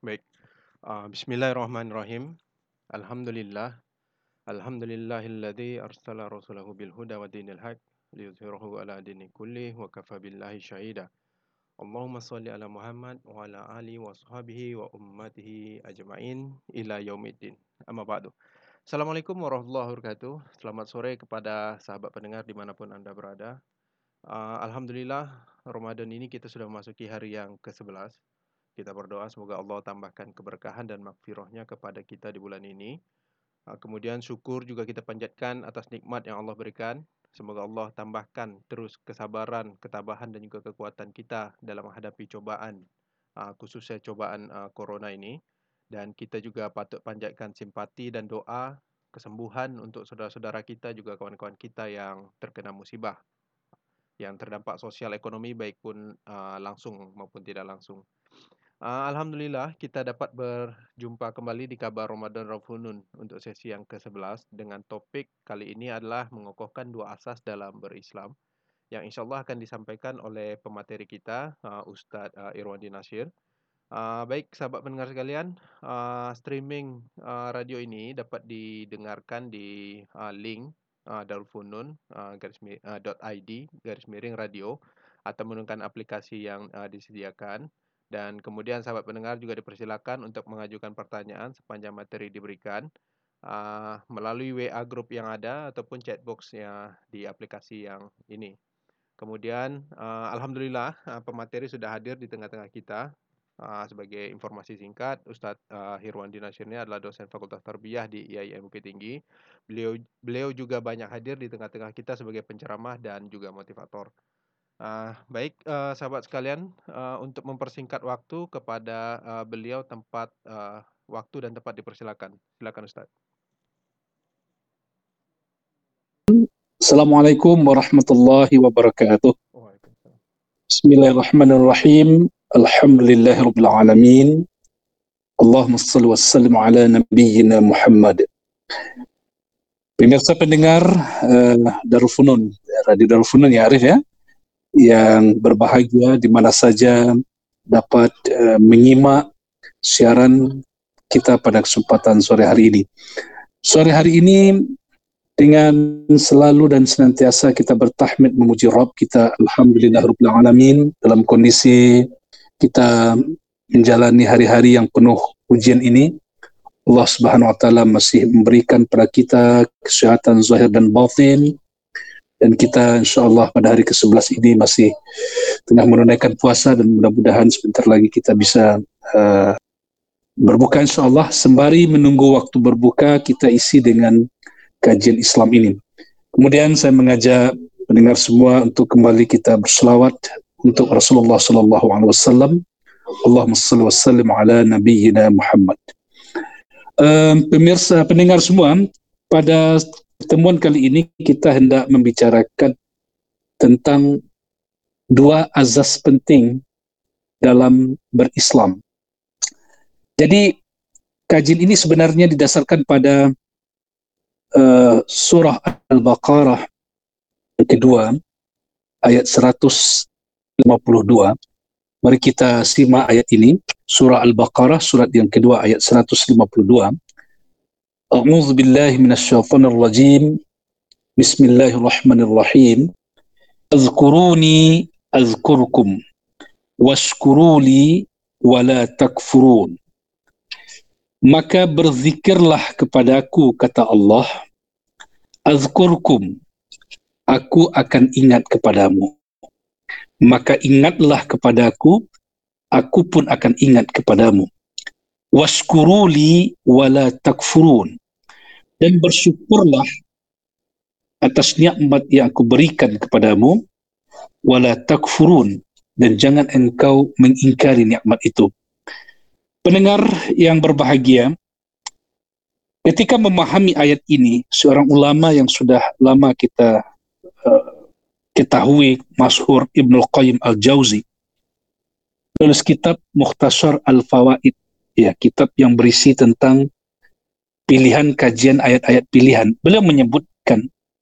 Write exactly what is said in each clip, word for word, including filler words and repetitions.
Baik. Ah, Bismillahirrahmanirrahim. Alhamdulillah. Alhamdulillahilladzi arsala rasulahu bil huda wa dinil haq liyudhhirahu ala dini kulli wa kafa billahi syahida. Allahumma shalli ala Muhammad wa ala ali wa sahbihi wa ummatihi ajma'in ila yaumiddin. Amma ba'du. Assalamualaikum warahmatullahi wabarakatuh. Selamat sore kepada sahabat pendengar dimanapun Anda berada. Ah, Alhamdulillah, Ramadan ini kita sudah memasuki hari yang ke-sebelas. Kita berdoa semoga Allah tambahkan keberkahan dan makfirahnya kepada kita di bulan ini. Ah, Kemudian syukur juga kita panjatkan atas nikmat yang Allah berikan. Semoga Allah tambahkan terus kesabaran, ketabahan dan juga kekuatan kita dalam menghadapi cobaan, ah, khususnya cobaan ah, corona ini. Dan kita juga patut panjatkan simpati dan doa kesembuhan untuk saudara-saudara kita juga kawan-kawan kita yang terkena musibah, yang terdampak sosial ekonomi baik pun ah, langsung maupun tidak langsung. Ah, Alhamdulillah kita dapat berjumpa kembali di Kabar Ramadan Raufhunun untuk sesi yang ke-sebelas dengan topik kali ini adalah mengokohkan dua asas dalam berislam yang insya Allah akan disampaikan oleh pemateri kita, ah, Ustadz ah, Irwandi Nasir. Ah, baik sahabat pendengar sekalian, ah, streaming ah, radio ini dapat didengarkan di ah, link ah, Darul Funun ah, garis mi- ah, .id garis miring radio atau menggunakan aplikasi yang ah, disediakan. Dan kemudian sahabat pendengar juga dipersilakan untuk mengajukan pertanyaan sepanjang materi diberikan ah, melalui W A group yang ada ataupun chat box yang di aplikasi yang ini. Kemudian ah, alhamdulillah ah, pemateri sudah hadir di tengah-tengah kita. Ah, sebagai informasi singkat, Ustadz ah, Hirwandi Nasir ini adalah dosen Fakultas Tarbiyah di I A I N Bukit Tinggi. Beliau beliau juga banyak hadir di tengah-tengah kita sebagai penceramah dan juga motivator. Ah, baik, eh, sahabat sekalian, eh, untuk mempersingkat waktu kepada eh, beliau tempat eh, waktu dan tempat dipersilakan. Silakan Ustadz. Assalamualaikum warahmatullahi wabarakatuh. Waalaikumsalam. Bismillahirrahmanirrahim. Alhamdulillahirabbil alamin. Allahumma shalli wa sallim ala nabiyyina Muhammad. Pemirsa pendengar uh, Darul Funun, Radio Darul Funun ya Arif ya, yang berbahagia di mana saja dapat uh, menyimak siaran kita pada kesempatan sore hari ini. Sore hari ini dengan selalu dan senantiasa kita bertahmid memuji Rabb kita, alhamdulillahirabbil alamin, dalam kondisi kita menjalani hari-hari yang penuh ujian ini. Allah Subhanahu wa taala masih memberikan pada kita kesehatan zahir dan batin, dan kita insyaallah pada hari ke-sebelas ini masih tengah menunaikan puasa, dan mudah-mudahan sebentar lagi kita bisa uh, berbuka insyaallah. Sembari menunggu waktu berbuka, kita isi dengan kajian Islam ini. Kemudian saya mengajak pendengar semua untuk kembali kita berselawat untuk Rasulullah sallallahu alaihi wasallam. Allahumma shalli wa sallim ala nabiyyina Muhammad. Um, pemirsa pendengar semua, pada pertemuan kali ini kita hendak membicarakan tentang dua azas penting dalam berislam. Jadi kajian ini sebenarnya didasarkan pada Uh, surah Al-Baqarah yang kedua ayat seratus lima puluh dua. Mari kita simak ayat ini, surah Al-Baqarah surat yang kedua ayat seratus lima puluh dua. A'udzu billahi minasyaitonir rajim. Bismillahirrahmanirrahim. Azkuruni azkurkum washkuruli wala takfurun. Maka berzikirlah kepadaku, kata Allah, azkurkum, aku akan ingat kepadamu. Maka ingatlah kepadaku, aku pun akan ingat kepadamu. Washkuruli wala takfurun, dan bersyukurlah atas nikmat yang aku berikan kepadamu, wala takfurun, dan jangan engkau mengingkari nikmat itu. Pendengar yang berbahagia, ketika memahami ayat ini, seorang ulama yang sudah lama kita uh, ketahui, masyhur Ibnu Qayyim Al-Jauzi, tulis kitab Mukhtasar Al-Fawaid, ya, kitab yang berisi tentang pilihan kajian ayat-ayat pilihan. Beliau menyebutkan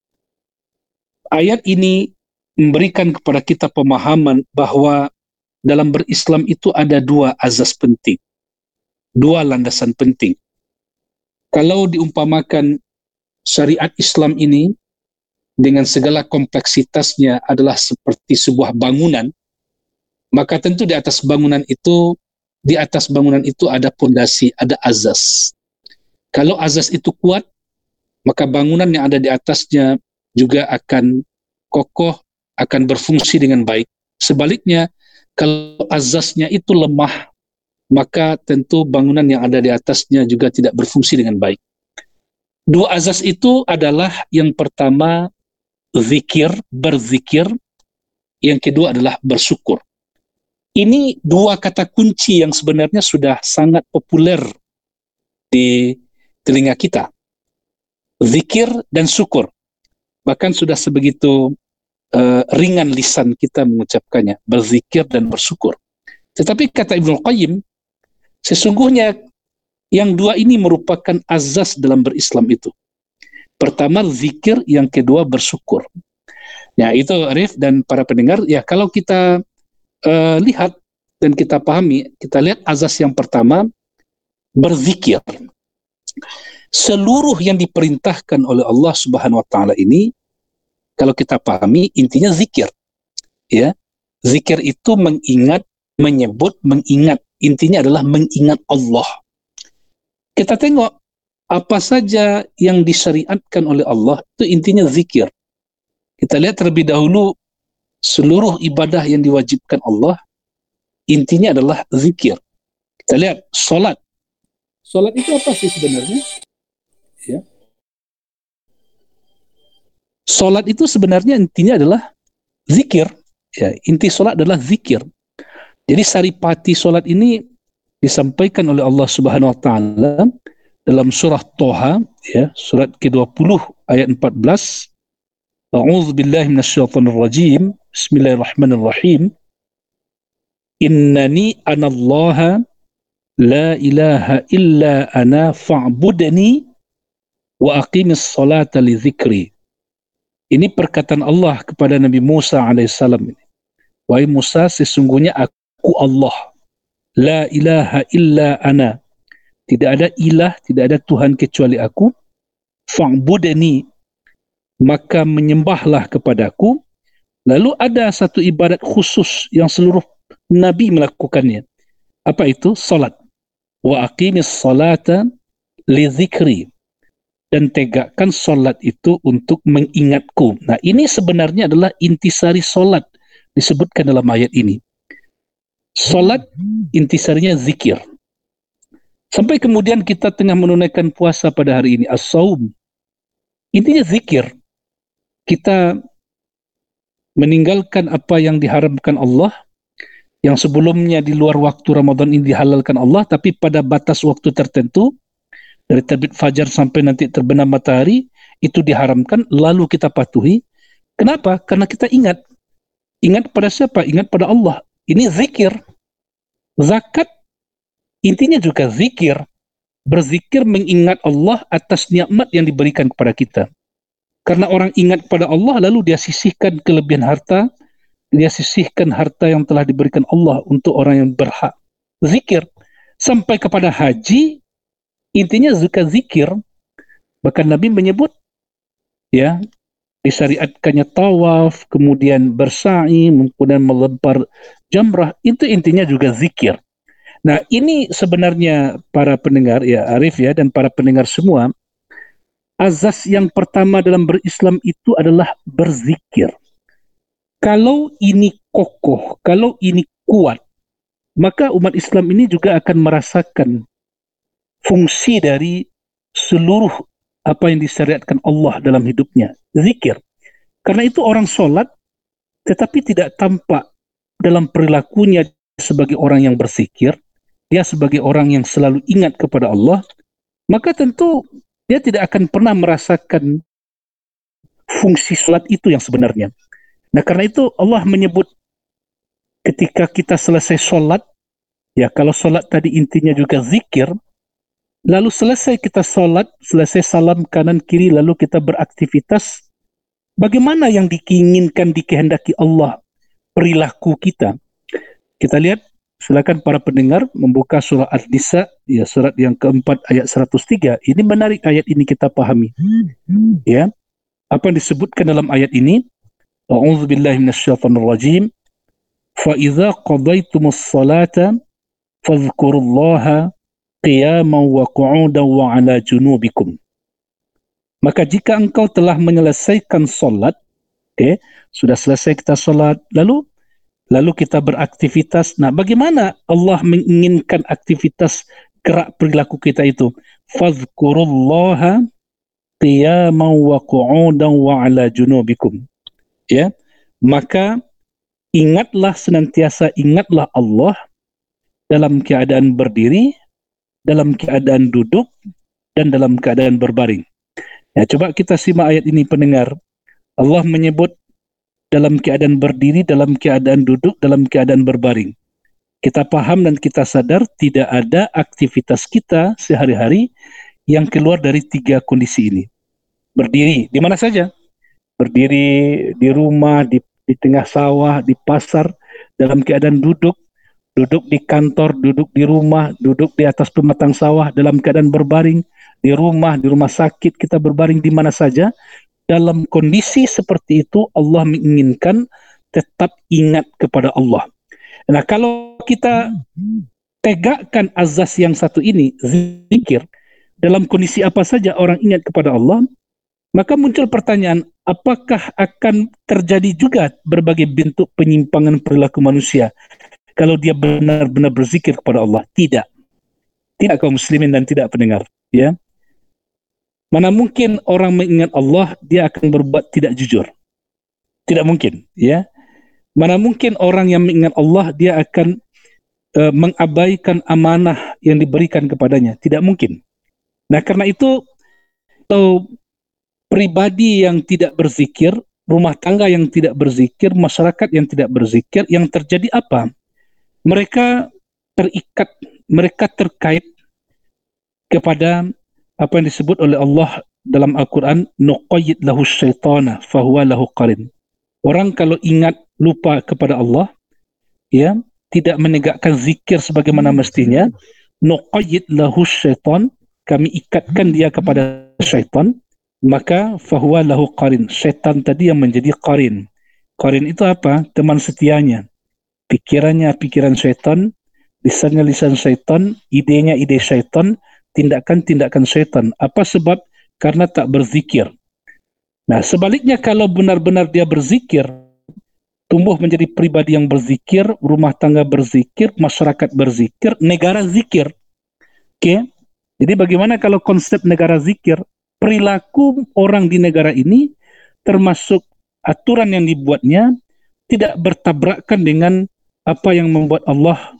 ayat ini memberikan kepada kita pemahaman bahwa dalam berislam itu ada dua azas penting. dua landasan penting. Kalau diumpamakan syariat Islam ini dengan segala kompleksitasnya adalah seperti sebuah bangunan, maka tentu di atas bangunan itu, di atas bangunan itu ada pondasi, ada azas. Kalau azas itu kuat, maka bangunan yang ada di atasnya juga akan kokoh, akan berfungsi dengan baik. Sebaliknya, kalau azasnya itu lemah, maka tentu bangunan yang ada di atasnya juga tidak berfungsi dengan baik. Dua azas itu adalah yang pertama zikir, berzikir, yang kedua adalah bersyukur. Ini dua kata kunci yang sebenarnya sudah sangat populer di telinga kita. Zikir dan syukur. Bahkan sudah sebegitu uh, ringan lisan kita mengucapkannya, berzikir dan bersyukur. Tetapi kata Ibnu Qayyim, sesungguhnya yang dua ini merupakan azas dalam berislam itu. Pertama zikir, yang kedua bersyukur. Ya itu Arif dan para pendengar, ya kalau kita uh, lihat dan kita pahami, kita lihat azas yang pertama, berzikir. Seluruh yang diperintahkan oleh Allah Subhanahu wa taala ini, kalau kita pahami, intinya zikir. Ya. Zikir itu mengingat, menyebut, mengingat. Intinya adalah mengingat Allah. Kita tengok apa saja yang disyariatkan oleh Allah, itu intinya zikir. Kita lihat terlebih dahulu seluruh ibadah yang diwajibkan Allah, intinya adalah zikir. Kita lihat solat. Solat itu apa sih sebenarnya? Ya. Solat itu sebenarnya intinya adalah zikir. Ya, inti solat adalah zikir. Jadi saripati solat ini disampaikan oleh Allah Subhanahu wa taala dalam surah Toha, ya, surat ke dua puluh ayat empat belas. A'udzu billahi minasyaitonir rajim. Bismillahirrahmanirrahim. Innani anallaha la ilaha illa ana fa'budni wa aqimis salata li dzikri. Ini perkataan Allah kepada Nabi Musa alaihissalam. Wahai Musa, sesungguhnya aku Allah. La ilaha illa ana. Tidak ada ilah, tidak ada Tuhan kecuali aku. Fa'budni, maka menyembahlah kepadaku. Lalu ada satu ibadat khusus yang seluruh Nabi melakukannya. Apa itu? Salat. Wa aqimis salata li dzikri. Dan tegakkan solat itu untuk mengingatku. Nah ini sebenarnya adalah intisari solat disebutkan dalam ayat ini. Solat intisarinya zikir. Sampai kemudian kita tengah menunaikan puasa pada hari ini, as-saum. Intinya zikir. Kita meninggalkan apa yang diharamkan Allah, yang sebelumnya di luar waktu Ramadan ini dihalalkan Allah, tapi pada batas waktu tertentu, dari terbit fajar sampai nanti terbenam matahari, itu diharamkan, lalu kita patuhi. Kenapa? Karena kita ingat. Ingat pada siapa? Ingat pada Allah. Ini zikir. Zakat intinya juga zikir. Berzikir mengingat Allah atas nikmat yang diberikan kepada kita. Karena orang ingat pada Allah, lalu dia sisihkan kelebihan harta, dia sisihkan harta yang telah diberikan Allah untuk orang yang berhak. Zikir. Sampai kepada haji, intinya juga zikir. Bahkan Nabi menyebut, ya, disyariatkannya tawaf, kemudian bersa'i, kemudian melempar jamrah, itu intinya juga zikir. Nah ini sebenarnya para pendengar, ya Arif ya, dan para pendengar semua, azas yang pertama dalam berislam itu adalah berzikir. Kalau ini kokoh, kalau ini kuat, maka umat Islam ini juga akan merasakan fungsi dari seluruh apa yang disyariatkan Allah dalam hidupnya, zikir. Karena itu orang sholat tetapi tidak tampak dalam perilakunya sebagai orang yang berzikir, dia sebagai orang yang selalu ingat kepada Allah, maka tentu dia tidak akan pernah merasakan fungsi sholat itu yang sebenarnya. Nah karena itu Allah menyebut ketika kita selesai sholat, ya kalau sholat tadi intinya juga zikir, lalu selesai kita sholat, selesai salam kanan kiri, lalu kita beraktivitas, bagaimana yang diinginkan, dikehendaki Allah perilaku kita? Kita lihat Silakan para pendengar membuka surah An-Nisa, ya, surat yang keempat ayat seratus tiga. Ini menarik ayat ini kita pahami. Ya, apa yang disebutkan dalam ayat ini? A'udzubillahi minasyaitonirrajim. Fa idza qadaytumus salata fadhkurullaha qiyaman wa qu'udan wa 'ala junubikum. Maka jika engkau telah menyelesaikan solat, okay, sudah selesai kita solat, lalu lalu kita beraktivitas. Nah, bagaimana Allah menginginkan aktivitas gerak perilaku kita itu? Fadhkurullaha qiyaman wa qu'udan wa 'ala junubikum. Ya, maka ingatlah senantiasa, ingatlah Allah dalam keadaan berdiri, dalam keadaan duduk, dan dalam keadaan berbaring. Ya, coba kita simak ayat ini pendengar. Allah menyebut dalam keadaan berdiri, dalam keadaan duduk, dalam keadaan berbaring. Kita paham dan kita sadar tidak ada aktivitas kita sehari-hari yang keluar dari tiga kondisi ini. Berdiri, di mana saja. Berdiri di rumah, di, di tengah sawah, di pasar, dalam keadaan duduk, duduk di kantor, duduk di rumah, duduk di atas pematang sawah, dalam keadaan berbaring, di rumah, di rumah sakit, kita berbaring di mana saja. Dalam kondisi seperti itu, Allah menginginkan tetap ingat kepada Allah. Nah, kalau kita tegakkan azas yang satu ini, zikir, dalam kondisi apa saja orang ingat kepada Allah, maka muncul pertanyaan, apakah akan terjadi juga berbagai bentuk penyimpangan perilaku manusia kalau dia benar-benar berzikir kepada Allah? Tidak. Tidak kaum muslimin dan tidak pendengar. Ya. Mana mungkin orang mengingat Allah, dia akan berbuat tidak jujur. Tidak mungkin. Ya. Mana mungkin orang yang mengingat Allah, dia akan uh, mengabaikan amanah yang diberikan kepadanya. Tidak mungkin. Nah, karena itu, atau pribadi yang tidak berzikir, rumah tangga yang tidak berzikir, masyarakat yang tidak berzikir, yang terjadi apa? Mereka terikat, mereka terkait kepada apa yang disebut oleh Allah dalam Al-Quran, nuqayyid lahu syaitana fahuwa lahu qarin. Orang kalau ingat lupa kepada Allah, ya, tidak menegakkan zikir sebagaimana mestinya, nuqayyid lahu syaitan, kami ikatkan dia kepada syaitan, maka fahuwa lahu qarin. Syaitan tadi yang menjadi qarin. Qarin itu apa? Teman setianya. Pikirannya pikiran syaitan, lisannya lisan syaitan, idenya ide syaitan, tindakan-tindakan syaitan. Apa sebab? Karena tak berzikir. Nah, sebaliknya kalau benar-benar dia berzikir, tumbuh menjadi pribadi yang berzikir, rumah tangga berzikir, masyarakat berzikir, negara zikir. Oke? Okay? Jadi bagaimana kalau konsep negara zikir? Perilaku orang di negara ini, termasuk aturan yang dibuatnya, tidak bertabrakan dengan apa yang membuat Allah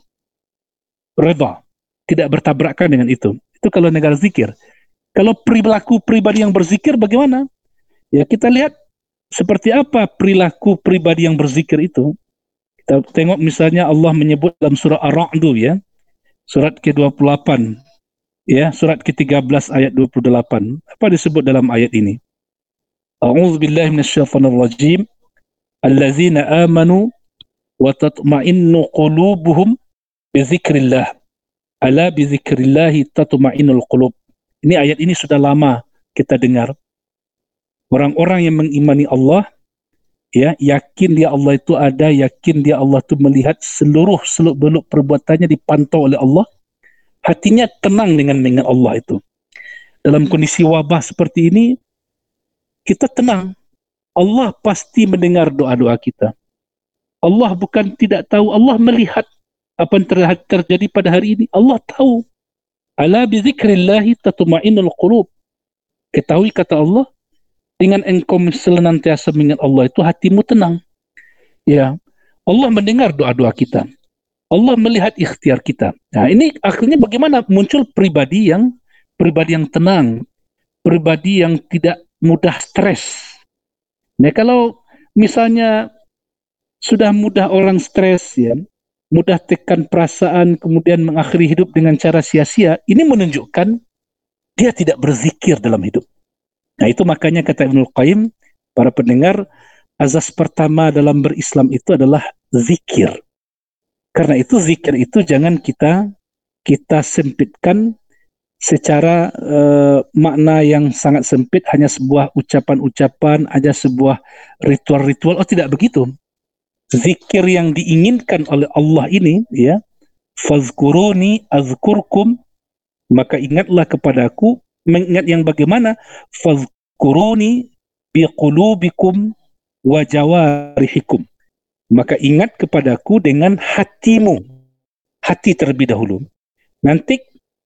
redha. Tidak bertabrakan dengan itu. Itu kalau negara zikir. Kalau perilaku pribadi yang berzikir bagaimana? Ya, kita lihat seperti apa perilaku pribadi yang berzikir itu. Kita tengok misalnya Allah menyebut dalam surah Ar-Ra'd, ya. Surat ke dua puluh delapan. Ya, surat ke tiga belas ayat dua puluh delapan. Apa disebut dalam ayat ini? A'udzubillahi minasyaitonirrajim. Allazina amanu wa tatma'innu qulubuhum bi dzikrillah. Ala bi dzikrillahi tatma'innul qulub. Ini ayat ini sudah lama kita dengar. Orang-orang yang mengimani Allah, ya, yakin dia Allah itu ada, yakin dia Allah itu melihat seluruh seluk-beluk perbuatannya dipantau oleh Allah, hatinya tenang dengan mengingat Allah itu. Dalam kondisi wabah seperti ini, kita tenang. Allah pasti mendengar doa-doa kita. Allah bukan tidak tahu, Allah melihat apa yang ter- terjadi pada hari ini. Allah tahu. Ala bi dzikrillahi tatma'innul qulub. Ketahui kata Allah, dengan engkau senantiasa mengingat Allah itu hatimu tenang. Ya, Allah mendengar doa-doa kita. Allah melihat ikhtiar kita. Nah, ini akhirnya bagaimana muncul pribadi yang pribadi yang tenang, pribadi yang tidak mudah stres. Nah, kalau misalnya sudah mudah orang stres, ya, mudah tekan perasaan, kemudian mengakhiri hidup dengan cara sia-sia, ini menunjukkan dia tidak berzikir dalam hidup. Nah, itu makanya kata Ibnul Qayyim, para pendengar, azas pertama dalam berislam itu adalah zikir. Karena itu zikir itu jangan kita kita sempitkan secara uh, makna yang sangat sempit, hanya sebuah ucapan-ucapan, ada sebuah ritual-ritual. Oh, tidak begitu. Zikir yang diinginkan oleh Allah ini, ya, fazkuruni azkurkum, maka ingatlah kepadaku. Mengingat yang bagaimana? Fazkuruni biqulubikum wa jawarihikum, maka ingat kepadaku dengan hatimu, hati terlebih dahulu. Nanti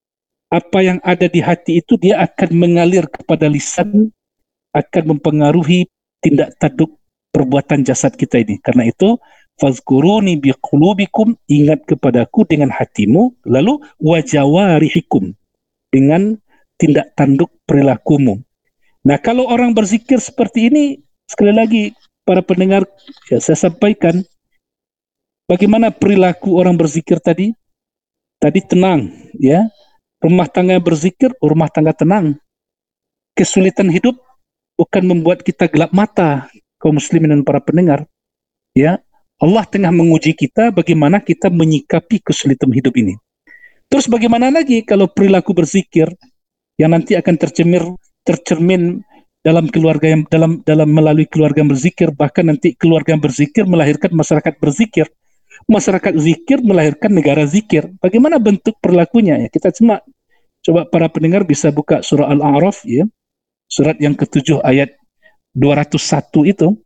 apa yang ada di hati itu dia akan mengalir kepada lisan, akan mempengaruhi tindak tanduk perbuatan jasad kita ini. Karena itu, fazkuruni biqulubikum, ingat kepadaku dengan hatimu, lalu wajawarihikum, dengan tindak tanduk perilakumu. Nah, kalau orang berzikir seperti ini, sekali lagi para pendengar, ya, saya sampaikan bagaimana perilaku orang berzikir tadi. Tadi tenang, ya. Rumah tangga berzikir, rumah tangga tenang. Kesulitan hidup bukan membuat kita gelap mata, kaum muslimin dan para pendengar. Ya, Allah tengah menguji kita bagaimana kita menyikapi kesulitan hidup ini. Terus bagaimana lagi kalau perilaku berzikir yang nanti akan tercemir, tercermin dalam keluarga yang dalam dalam melalui keluarga yang berzikir, bahkan nanti keluarga yang berzikir melahirkan masyarakat berzikir. Masyarakat zikir melahirkan negara zikir. Bagaimana bentuk perilakunya? Ya, kita cuma coba para pendengar bisa buka surah Al-A'raf, ya. Surat yang ketujuh ayat dua ratus satu itu.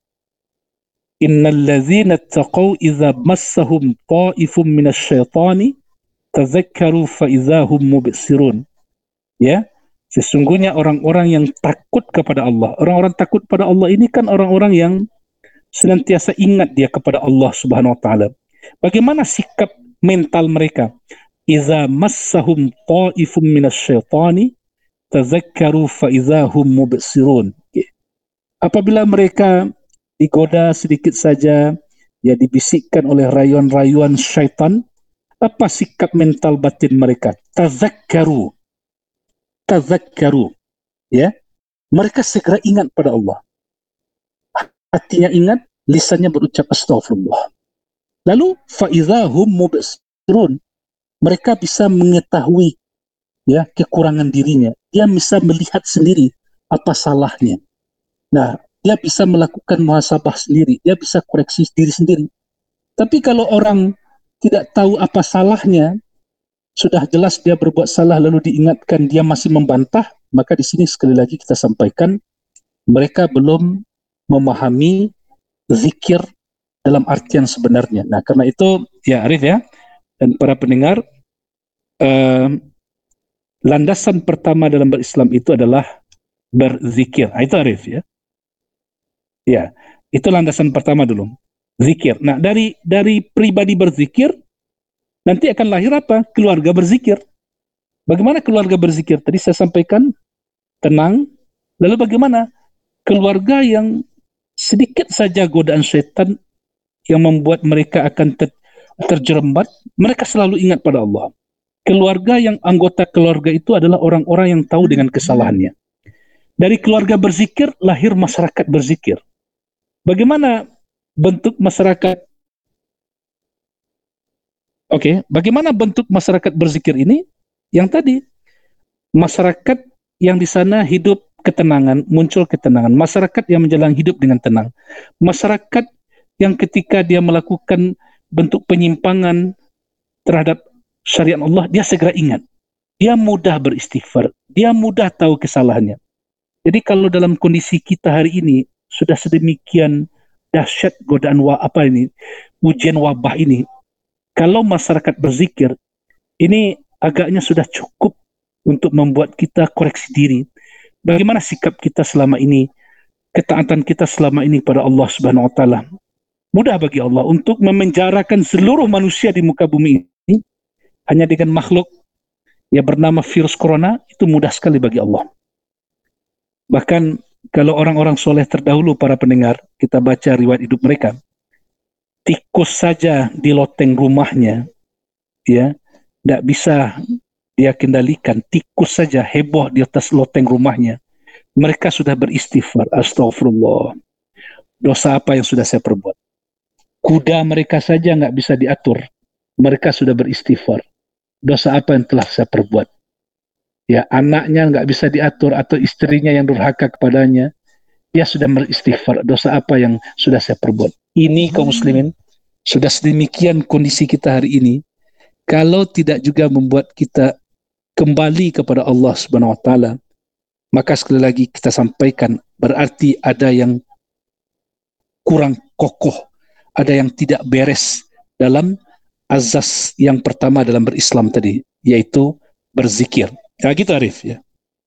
Innal ladzina taqaw idza massahum ta'ifum minasyaitani tadzakkaru fa idzahum mubsirun. Ya, sesungguhnya orang-orang yang takut kepada Allah. Orang-orang takut pada Allah ini kan orang-orang yang senantiasa ingat dia kepada Allah Subhanahu wa taala. Bagaimana sikap mental mereka? Iza massahum ta'ifum minasyaitani tazakkaru fa idzahum mubsirun. Apabila mereka digoda sedikit saja, ya, dibisikkan oleh rayuan-rayuan syaitan, apa sikap mental batin mereka? Tazakkaru. Tazakkaru. Ya. Mereka segera ingat pada Allah. Hatinya ingat, lisannya berucap astagfirullah. Lalu faizahum mubsirun, mereka bisa mengetahui, ya, kekurangan dirinya. Dia bisa melihat sendiri apa salahnya. Nah, dia bisa melakukan muhasabah sendiri, dia bisa koreksi diri sendiri. Tapi kalau orang tidak tahu apa salahnya, sudah jelas dia berbuat salah lalu diingatkan dia masih membantah, maka di sini sekali lagi kita sampaikan mereka belum memahami zikir dalam artian sebenarnya. Nah, karena itu, ya Arif, ya, dan para pendengar, eh, landasan pertama dalam berislam itu adalah berzikir. Nah, itu Arif, ya. Ya, itu landasan pertama dulu, zikir. Nah, dari dari pribadi berzikir, nanti akan lahir apa? Keluarga berzikir. Bagaimana keluarga berzikir? Tadi saya sampaikan, tenang. Lalu bagaimana? Keluarga yang sedikit saja godaan syaitan yang membuat mereka akan ter, terjerembat, mereka selalu ingat pada Allah. Keluarga yang anggota keluarga itu adalah orang-orang yang tahu dengan kesalahannya. Dari keluarga berzikir, lahir masyarakat berzikir. Bagaimana bentuk masyarakat? Oke, okay. Bagaimana bentuk masyarakat berzikir ini? Yang tadi, masyarakat yang di sana hidup ketenangan, muncul ketenangan. Masyarakat yang menjalani hidup dengan tenang. Masyarakat yang ketika dia melakukan bentuk penyimpangan terhadap syariat Allah, dia segera ingat. Dia mudah beristighfar. Dia mudah tahu kesalahannya. Jadi kalau dalam kondisi kita hari ini, sudah sedemikian dahsyat godaan wa, apa ini, ujian wabah ini, kalau masyarakat berzikir, ini agaknya sudah cukup untuk membuat kita koreksi diri. Bagaimana sikap kita selama ini, ketaatan kita selama ini pada Allah Subhanahu wa taala. Mudah bagi Allah untuk memenjarakan seluruh manusia di muka bumi ini hanya dengan makhluk yang bernama virus corona, itu mudah sekali bagi Allah. Bahkan kalau orang-orang soleh terdahulu, para pendengar, kita baca riwayat hidup mereka, tikus saja di loteng rumahnya, ya, tidak bisa dia kendalikan. Tikus saja heboh di atas loteng rumahnya, mereka sudah beristighfar, astagfirullah, dosa apa yang sudah saya perbuat. Kuda mereka saja nggak bisa diatur, mereka sudah beristighfar. Dosa apa yang telah saya perbuat? Ya, anaknya nggak bisa diatur atau istrinya yang durhaka kepadanya, dia sudah beristighfar. Dosa apa yang sudah saya perbuat? Ini kaum muslimin, sudah sedemikian kondisi kita hari ini, kalau tidak juga membuat kita kembali kepada Allah Subhanahu wa taala, maka sekali lagi kita sampaikan, berarti ada yang kurang kokoh, ada yang tidak beres dalam azas yang pertama dalam berislam tadi, yaitu berzikir. Ya gitu Arif ya.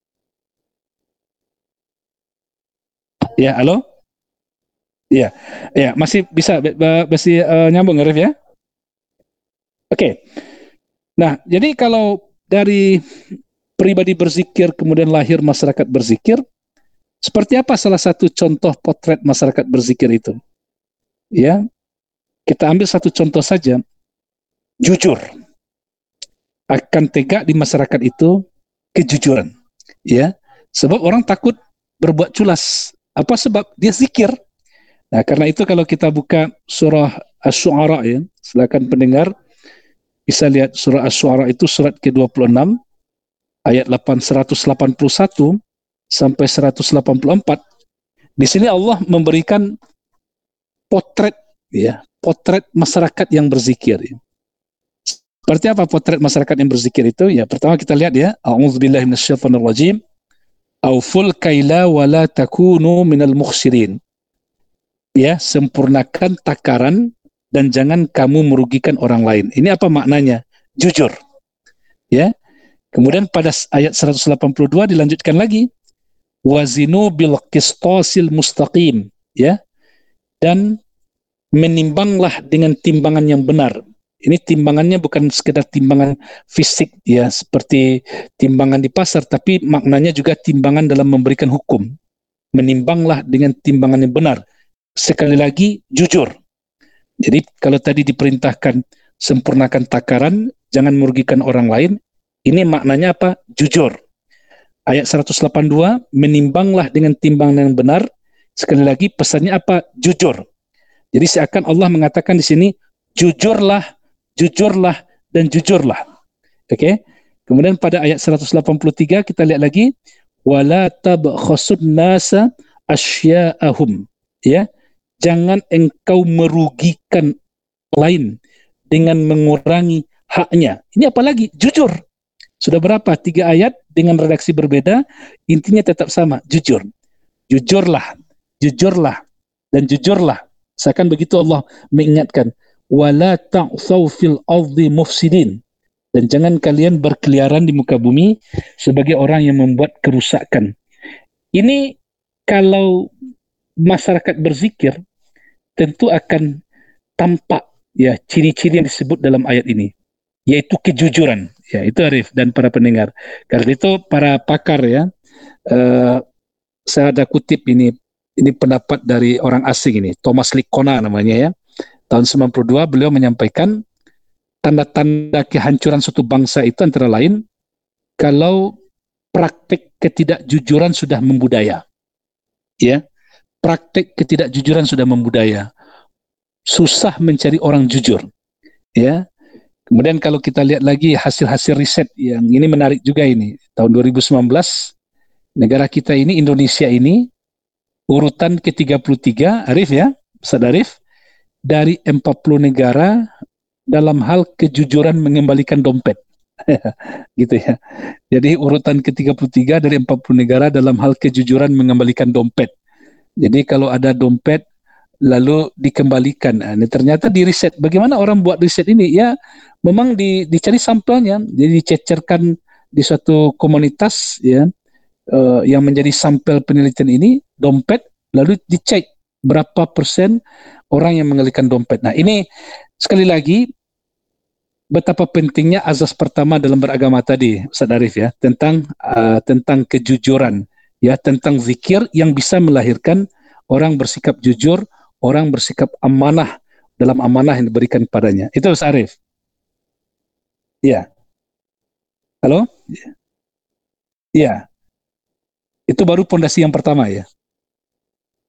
Ya, halo? Ya, ya masih bisa masih uh, nyambung Arif ya? Oke. Okay. Nah, jadi kalau dari pribadi berzikir kemudian lahir masyarakat berzikir, seperti apa salah satu contoh potret masyarakat berzikir itu? Ya, kita ambil satu contoh saja. Jujur. Akan tegak di masyarakat itu kejujuran. Ya, sebab orang takut berbuat culas. Apa sebab? Dia zikir. Nah, karena itu kalau kita buka surah Asy-Syu'ara ya, silakan pendengar bisa lihat surah Asy-Syu'ara itu surat ke dua puluh enam ayat seratus delapan puluh satu sampai seratus delapan puluh empat. Di sini Allah memberikan potret ya, potret masyarakat yang berzikir. Ya. Seperti apa potret masyarakat yang berzikir itu? Ya, pertama kita lihat ya, a'udzubillahi minasyaitonirrajim. Auful kaila wa la takunu minal mukhsirin. Ya, sempurnakan takaran dan jangan kamu merugikan orang lain. Ini apa maknanya? Jujur. Ya. Kemudian pada ayat seratus delapan puluh dua dilanjutkan lagi. Wazinu bil qistasil mustaqim, ya. Dan menimbanglah dengan timbangan yang benar. Ini timbangannya bukan sekedar timbangan fisik ya, seperti timbangan di pasar, tapi maknanya juga timbangan dalam memberikan hukum. Menimbanglah dengan timbangan yang benar. Sekali lagi, jujur. Jadi kalau tadi diperintahkan sempurnakan takaran, jangan merugikan orang lain, ini maknanya apa? Jujur. Ayat seratus delapan puluh dua, menimbanglah dengan timbangan yang benar. Sekali lagi pesannya apa? Jujur. Jadi seakan Allah mengatakan di sini, jujurlah, jujurlah, dan jujurlah. Oke. Okay? Kemudian pada ayat seratus delapan puluh tiga kita lihat lagi, wala tabkhasun nasa asya'ahum. Ya. Jangan engkau merugikan lain dengan mengurangi haknya. Ini apalagi? Jujur. Sudah berapa? Tiga ayat dengan redaksi berbeda, intinya tetap sama, jujur. Jujurlah, jujurlah, dan jujurlah. Seakan begitu Allah mengingatkan, wala ta'tsaw fil ardi mufsidin. Dan jangan kalian berkeliaran di muka bumi sebagai orang yang membuat kerusakan. Ini kalau masyarakat berzikir tentu akan tampak ya ciri-ciri yang disebut dalam ayat ini, yaitu kejujuran. Ya, itu Arif dan para pendengar. Karena itu para pakar ya, uh, saya ada kutip ini, ini pendapat dari orang asing ini, Thomas Lickona namanya ya. Tahun sembilan puluh dua beliau menyampaikan tanda-tanda kehancuran suatu bangsa itu antara lain kalau praktik ketidakjujuran sudah membudaya. Ya. Praktik ketidakjujuran sudah membudaya. Susah mencari orang jujur. Ya. Kemudian kalau kita lihat lagi hasil-hasil riset yang ini menarik juga ini. Tahun dua ribu sembilan belas negara kita ini, Indonesia ini urutan ke tiga puluh tiga, Arif ya, Ustaz Arif, dari empat puluh negara dalam hal kejujuran mengembalikan dompet. Gitu ya. Jadi urutan ke tiga puluh tiga dari empat puluh negara dalam hal kejujuran mengembalikan dompet. Jadi kalau ada dompet lalu dikembalikan. Nah, ini ternyata di riset. Bagaimana orang buat riset ini? Ya, memang di, dicari sampelnya, jadi dicecerkan di suatu komunitas ya, uh, yang menjadi sampel penelitian ini, dompet, lalu dicek berapa persen orang yang menggalikan dompet. Nah, ini sekali lagi betapa pentingnya azas pertama dalam beragama tadi, Ustaz Arif ya, tentang uh, tentang kejujuran. Ya, tentang zikir yang bisa melahirkan orang bersikap jujur, orang bersikap amanah dalam amanah yang diberikan padanya. Itu Ustaz Arif. Ya. Halo? Ya. Itu baru pondasi yang pertama ya.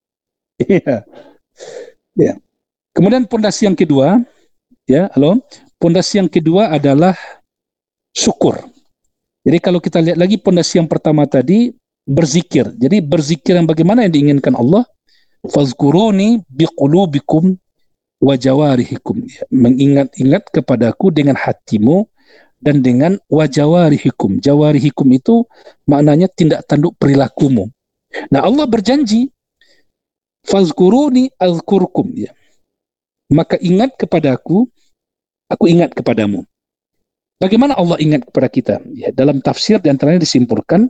Iya. Ya. Kemudian pondasi yang kedua, ya, halo. Pondasi yang kedua adalah syukur. Jadi kalau kita lihat lagi pondasi yang pertama tadi, berzikir. Jadi berzikir yang bagaimana yang diinginkan Allah? Fazkuruni biqulubikum wa jawarihikum. Mengingat-ingat kepadaku dengan hatimu dan dengan wajawarihikum. Jawarihikum itu maknanya tindak tanduk perilakumu. Nah, Allah berjanji, fazkuruni azkurkum, ya. Maka ingat kepadaku, aku ingat kepadamu. Bagaimana Allah ingat kepada kita? Ya, dalam tafsir di antaranya disimpulkan,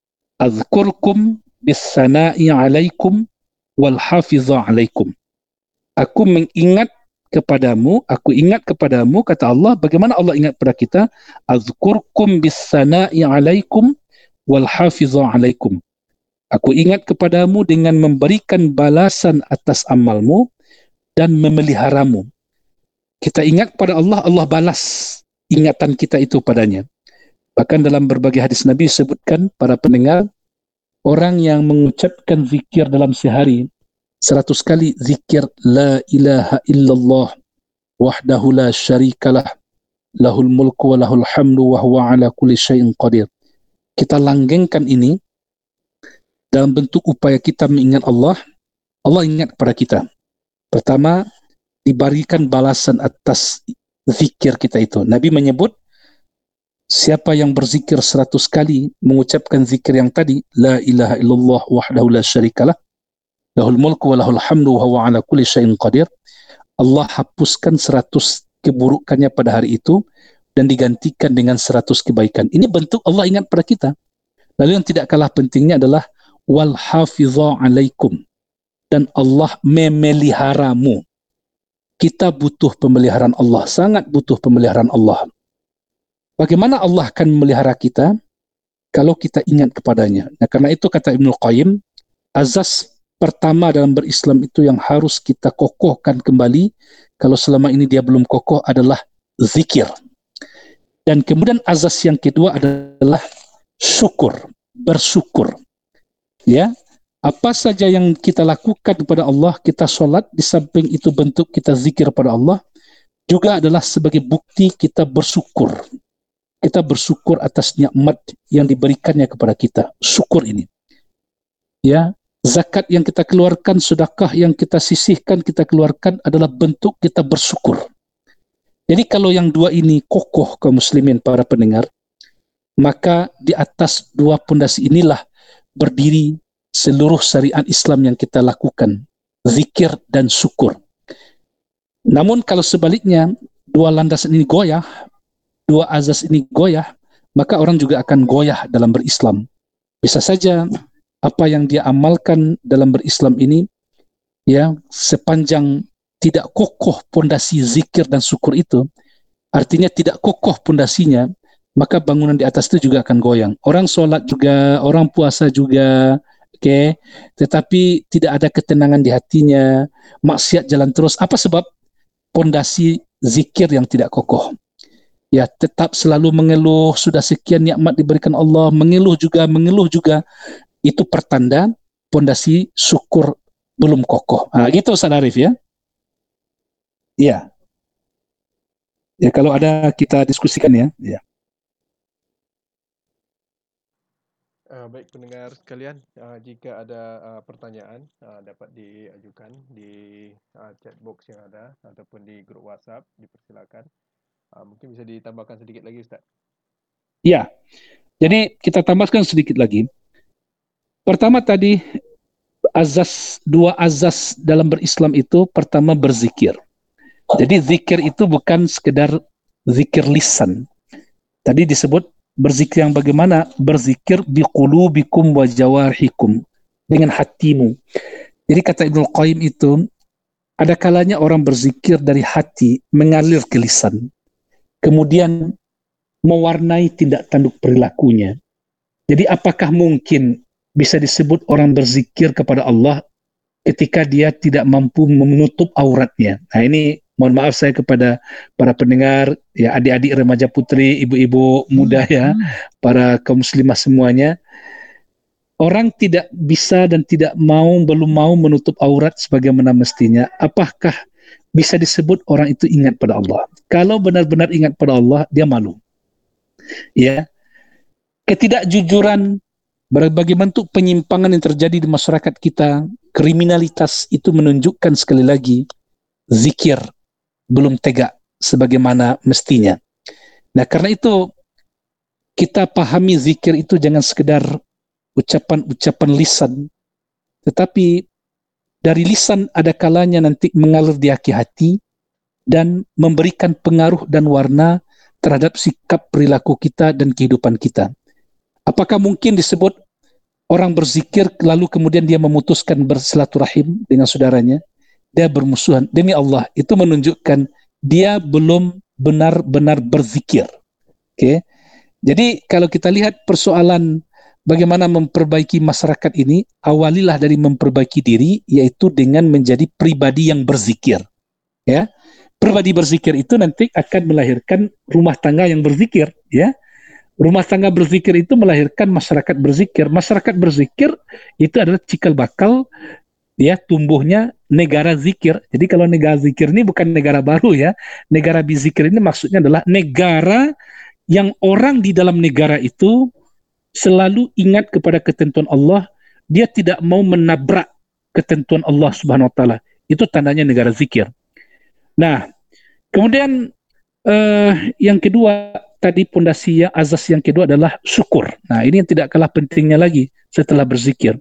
azkurkum bis-sana'i 'alaikum wal hafizha 'alaikum. Aku mengingat kepadamu, aku ingat kepadamu, kata Allah. Bagaimana Allah ingat kepada kita? Azkurkum bis-sana'i 'alaikum wal hafizha 'alaikum. Aku ingat kepadamu dengan memberikan balasan atas amalmu dan memeliharamu. Kita ingat kepada Allah, Allah balas ingatan kita itu padanya. Bahkan dalam berbagai hadis Nabi disebutkan, para pendengar, orang yang mengucapkan zikir dalam sehari seratus kali zikir la ilaha illallah wahdahu la syarikalah lahul mulku wa lahul hamdu wa huwa ala kulli syai'in qadir. Kita langgengkan ini dalam bentuk upaya kita mengingat Allah. Allah ingat kepada kita. Pertama, diberikan balasan atas zikir kita itu. Nabi menyebut, siapa yang berzikir seratus kali, mengucapkan zikir yang tadi, la ilaha illallah wahdahu la syarikalah lahul mulku wa lahul hamdu wa huwa ala kulli syai'in qadir, Allah hapuskan seratus keburukannya pada hari itu dan digantikan dengan seratus kebaikan. Ini bentuk Allah ingat pada kita. Lalu yang tidak kalah pentingnya adalah wal hafizha 'alaikum, dan Allah memeliharamu. Kita butuh pemeliharaan Allah, sangat butuh pemeliharaan Allah. Bagaimana Allah akan memelihara kita? Kalau kita ingat kepadanya. Nah, karena itu kata Ibnu Qayyim, azas pertama dalam berislam itu yang harus kita kokohkan kembali, kalau selama ini dia belum kokoh, adalah zikir. Dan kemudian azas yang kedua adalah syukur, bersyukur. Ya, apa saja yang kita lakukan kepada Allah, kita sholat, di samping itu bentuk kita zikir pada Allah, juga adalah sebagai bukti kita bersyukur. Kita bersyukur atas nikmat yang diberikannya kepada kita. Syukur ini. Ya, zakat yang kita keluarkan, sedekah yang kita sisihkan, kita keluarkan adalah bentuk kita bersyukur. Jadi kalau yang dua ini kokoh kaum muslimin, para pendengar, maka di atas dua pondasi inilah berdiri seluruh syariat Islam yang kita lakukan, zikir dan syukur. Namun kalau sebaliknya, dua landasan ini goyah, dua azas ini goyah, maka orang juga akan goyah dalam berislam. Bisa saja apa yang dia amalkan dalam berislam ini, ya, sepanjang tidak kokoh pondasi zikir dan syukur itu, artinya tidak kokoh pondasinya, maka bangunan di atas itu juga akan goyang. Orang sholat juga, orang puasa juga, oke, okay, tetapi tidak ada ketenangan di hatinya, maksiat jalan terus. Apa sebab? Pondasi zikir yang tidak kokoh. Ya, tetap selalu mengeluh, sudah sekian nikmat diberikan Allah, mengeluh juga, mengeluh juga. Itu pertanda pondasi syukur belum kokoh. Nah, gitu Ustaz Arif, ya. Iya. Ya, kalau ada kita diskusikan, ya. Ya. Uh, baik pendengar sekalian, uh, jika ada uh, pertanyaan uh, dapat diajukan di uh, chat box yang ada ataupun di grup WhatsApp, dipersilakan. Uh, mungkin bisa ditambahkan sedikit lagi, Ustaz. Ya, jadi kita tambahkan sedikit lagi. Pertama tadi, azas, dua azas dalam berislam itu, pertama berzikir. Jadi zikir itu bukan sekedar zikir lisan. Tadi disebut berzikir yang bagaimana? Berzikir biqulubikum wa jawarihikum, dengan hatimu. Jadi kata Ibnu Qayyim itu, ada kalanya orang berzikir dari hati mengalir ke lisan, kemudian mewarnai tindak tanduk perilakunya. Jadi apakah mungkin bisa disebut orang berzikir kepada Allah ketika dia tidak mampu menutup auratnya? Nah, ini mohon maaf saya kepada para pendengar, ya, adik-adik remaja putri, ibu-ibu muda, ya, para kaum muslimah semuanya. Orang tidak bisa dan tidak mau, belum mau menutup aurat sebagaimana mestinya. Apakah bisa disebut orang itu ingat pada Allah. Kalau benar-benar ingat pada Allah, dia malu. Ya, ketidakjujuran, berbagai bentuk penyimpangan yang terjadi di masyarakat kita, kriminalitas itu menunjukkan sekali lagi zikir belum tegak sebagaimana mestinya. Nah, karena itu kita pahami zikir itu jangan sekedar ucapan-ucapan lisan, tetapi dari lisan ada kalanya nanti mengalir di hati dan memberikan pengaruh dan warna terhadap sikap perilaku kita dan kehidupan kita. Apakah mungkin disebut orang berzikir lalu kemudian dia memutuskan bersilaturahim dengan saudaranya, dia bermusuhan? Demi Allah, itu menunjukkan dia belum benar-benar berzikir. Oke. Okay? Jadi kalau kita lihat persoalan bagaimana memperbaiki masyarakat ini, awalilah dari memperbaiki diri, yaitu dengan menjadi pribadi yang berzikir. Ya, pribadi berzikir itu nanti akan melahirkan rumah tangga yang berzikir. Ya, rumah tangga berzikir itu melahirkan masyarakat berzikir. Masyarakat berzikir itu adalah cikal bakal ya tumbuhnya negara zikir. Jadi kalau negara zikir ini bukan negara baru ya, negara berzikir ini maksudnya adalah negara yang orang di dalam negara itu selalu ingat kepada ketentuan Allah, dia tidak mau menabrak ketentuan Allah Subhanahu wa taala. Itu tandanya negara zikir. Nah, kemudian eh, yang kedua tadi pondasi yang azas yang kedua adalah syukur. Nah, ini yang tidak kalah pentingnya lagi setelah berzikir.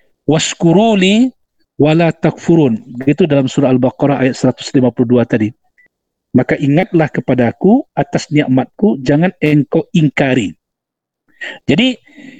Washkuruli wala takfurun. Begitu dalam surah Al-Baqarah ayat seratus lima puluh dua tadi. Maka ingatlah kepadaku atas nikmatku, jangan engkau ingkari. Jadi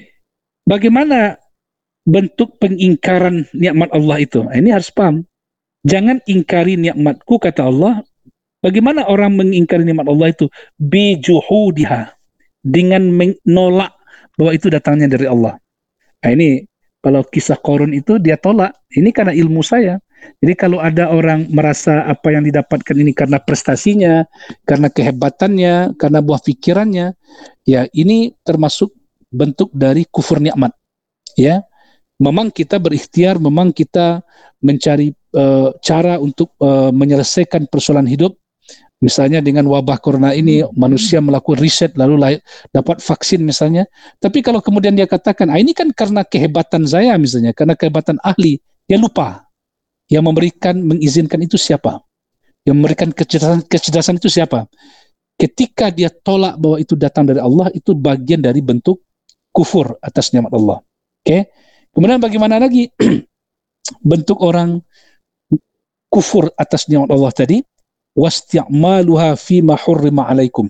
bagaimana bentuk pengingkaran nikmat Allah itu? Ini harus paham. Jangan ingkari nikmatku, kata Allah. Bagaimana orang mengingkari nikmat Allah itu? Bijuhudiha, dengan menolak bahwa itu datangnya dari Allah. Nah, ini kalau kisah Qarun itu dia tolak. Ini karena ilmu saya. Jadi kalau ada orang merasa apa yang didapatkan ini karena prestasinya, karena kehebatannya, karena buah pikirannya, ya ini termasuk bentuk dari kufur nikmat. Ya, memang kita berikhtiar, memang kita mencari uh, cara untuk uh, menyelesaikan persoalan hidup. Misalnya dengan wabah corona ini, manusia melakukan riset lalu lahir, dapat vaksin misalnya. Tapi kalau kemudian dia katakan, ah, ini kan karena kehebatan saya misalnya, karena kehebatan ahli, dia lupa. Yang memberikan, mengizinkan itu siapa? Yang memberikan kecerdasan, kecerdasan itu siapa? Ketika dia tolak bahwa itu datang dari Allah, itu bagian dari bentuk kufur atas nikmat Allah. Oke? Okay? Kemudian bagaimana lagi bentuk orang kufur atas nikmat Allah tadi? Wasti'maluha fi ma hurrima 'alaikum.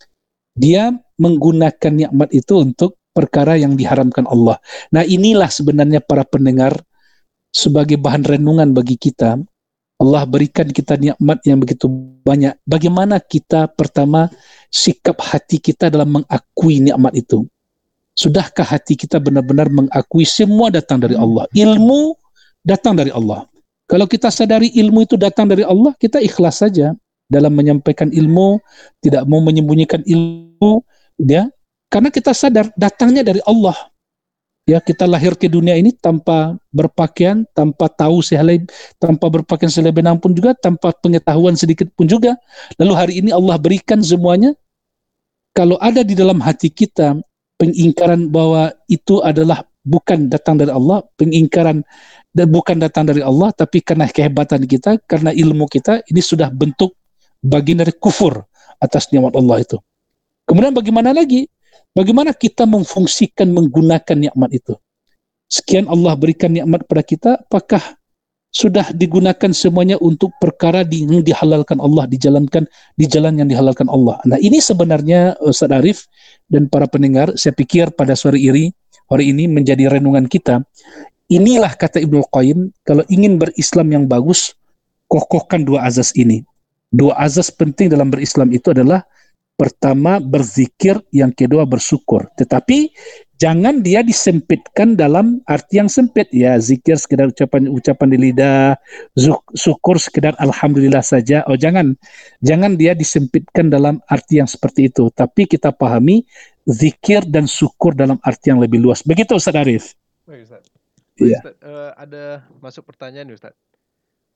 Dia menggunakan nikmat itu untuk perkara yang diharamkan Allah. Nah, inilah sebenarnya para pendengar sebagai bahan renungan bagi kita. Allah berikan kita nikmat yang begitu banyak. Bagaimana kita pertama sikap hati kita dalam mengakui nikmat itu? Sudahkah hati kita benar-benar mengakui semua datang dari Allah? Ilmu datang dari Allah. Kalau kita sadari ilmu itu datang dari Allah, kita ikhlas saja dalam menyampaikan ilmu, tidak mau menyembunyikan ilmu, ya. Karena kita sadar datangnya dari Allah. Ya, kita lahir ke dunia ini tanpa berpakaian, tanpa tahu sehelai, tanpa berpakaian sehelai benang pun juga, tanpa pengetahuan sedikit pun juga. Lalu hari ini Allah berikan semuanya. Kalau ada di dalam hati kita pengingkaran bahwa itu adalah bukan datang dari Allah, pengingkaran dan bukan datang dari Allah, tapi karena kehebatan kita, karena ilmu kita, ini sudah bentuk bagian dari kufur atas nikmat Allah itu. Kemudian bagaimana lagi? Bagaimana kita memfungsikan, menggunakan nikmat itu? Sekian Allah berikan nikmat pada kita, apakah sudah digunakan semuanya untuk perkara di, yang dihalalkan Allah, dijalankan di jalan yang dihalalkan Allah? Nah, ini sebenarnya Ustaz Arif dan para pendengar, saya pikir pada sore ini, hari ini menjadi renungan kita. Inilah kata Ibnu Qayyim, kalau ingin berislam yang bagus, kokohkan dua azas ini. Dua azas penting dalam berislam itu adalah pertama berzikir, yang kedua bersyukur. Tetapi jangan dia disempitkan dalam arti yang sempit. Ya, zikir sekedar ucapan ucapan di lidah, syukur sekedar alhamdulillah saja. Oh, jangan. Jangan dia disempitkan dalam arti yang seperti itu. Tapi kita pahami zikir dan syukur dalam arti yang lebih luas. Begitu Ustaz Arif. Baik, Ustaz. Baik, Ya. Ustaz. Uh, ada masuk pertanyaan nih, Ustaz.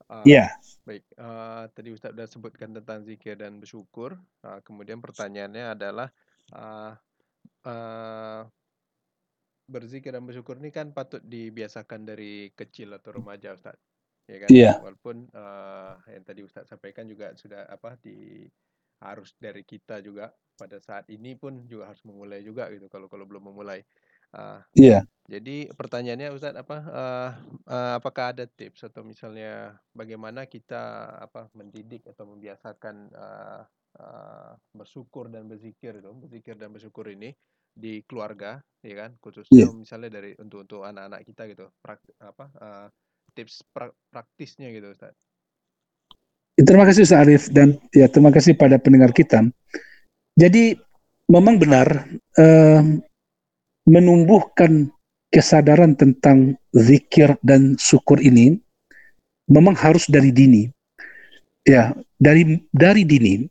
Uh, Ya, baik, uh, tadi Ustaz sudah sebutkan tentang zikir dan bersyukur. Uh, kemudian pertanyaannya adalah uh, uh, berzikir dan bersyukur ini kan patut dibiasakan dari kecil atau remaja, Ustaz. Ya kan? iya, Walaupun uh, yang tadi Ustaz sampaikan juga sudah apa di harus dari kita juga pada saat ini pun juga harus memulai juga gitu kalau kalau belum memulai. Uh, iya. Jadi pertanyaannya Ustaz apa uh, uh, apakah ada tips atau misalnya bagaimana kita apa mendidik atau membiasakan uh, uh, bersyukur dan berzikir itu, berzikir dan bersyukur ini di keluarga, ya kan? Khususnya Iya. misalnya dari untuk untuk anak-anak kita gitu. Prak, apa uh, tips pra, praktisnya gitu Ustaz. Terima kasih Ustaz Arif dan ya terima kasih pada pendengar kita. Jadi memang benar eh, menumbuhkan kesadaran tentang zikir dan syukur ini memang harus dari dini. Ya, dari dari dini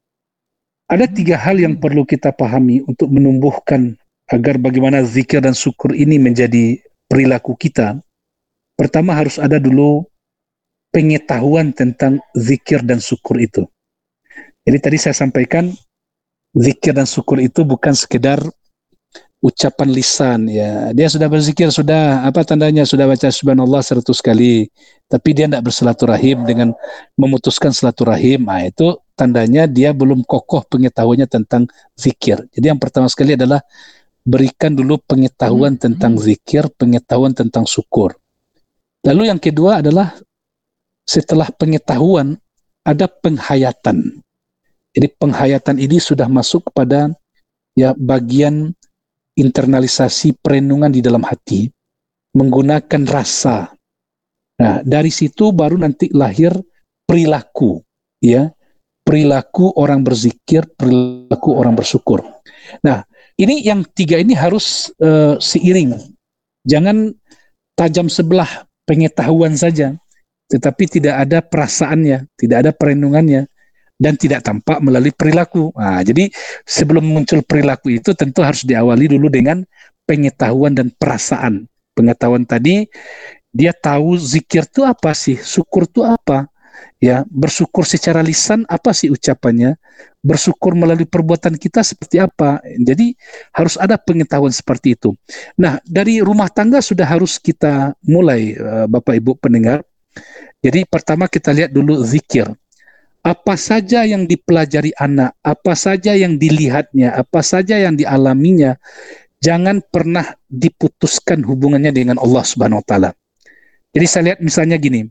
ada tiga hal yang perlu kita pahami untuk menumbuhkan agar bagaimana zikir dan syukur ini menjadi perilaku kita. Pertama harus ada dulu pengetahuan tentang zikir dan syukur itu. Jadi tadi saya sampaikan zikir dan syukur itu bukan sekedar ucapan lisan, ya. Dia sudah berzikir, sudah apa tandanya, sudah baca subhanallah seratus kali, tapi dia tidak bersilaturahim dengan memutuskan silaturahim. Nah, itu tandanya dia belum kokoh pengetahuannya tentang zikir. Jadi yang pertama sekali adalah berikan dulu pengetahuan tentang zikir, pengetahuan tentang syukur. Lalu yang kedua adalah setelah pengetahuan ada penghayatan. Jadi penghayatan ini sudah masuk kepada ya bagian internalisasi perenungan di dalam hati, menggunakan rasa. Nah, dari situ baru nanti lahir perilaku, ya, perilaku orang berzikir, perilaku orang bersyukur. Nah, ini yang tiga ini harus uh, seiring. Jangan tajam sebelah pengetahuan saja, tetapi tidak ada perasaannya, tidak ada perenungannya, dan tidak tampak melalui perilaku. Nah, jadi sebelum muncul perilaku itu tentu harus diawali dulu dengan pengetahuan dan perasaan. Pengetahuan tadi dia tahu zikir itu apa sih, syukur itu apa, ya, bersyukur secara lisan apa sih ucapannya, bersyukur melalui perbuatan kita seperti apa. Jadi harus ada pengetahuan seperti itu. Nah, dari rumah tangga sudah harus kita mulai, uh, Bapak Ibu pendengar. Jadi pertama kita lihat dulu zikir. Apa saja yang dipelajari anak, apa saja yang dilihatnya, apa saja yang dialaminya, jangan pernah diputuskan hubungannya dengan Allah Subhanahu wa taala. Jadi saya lihat misalnya gini,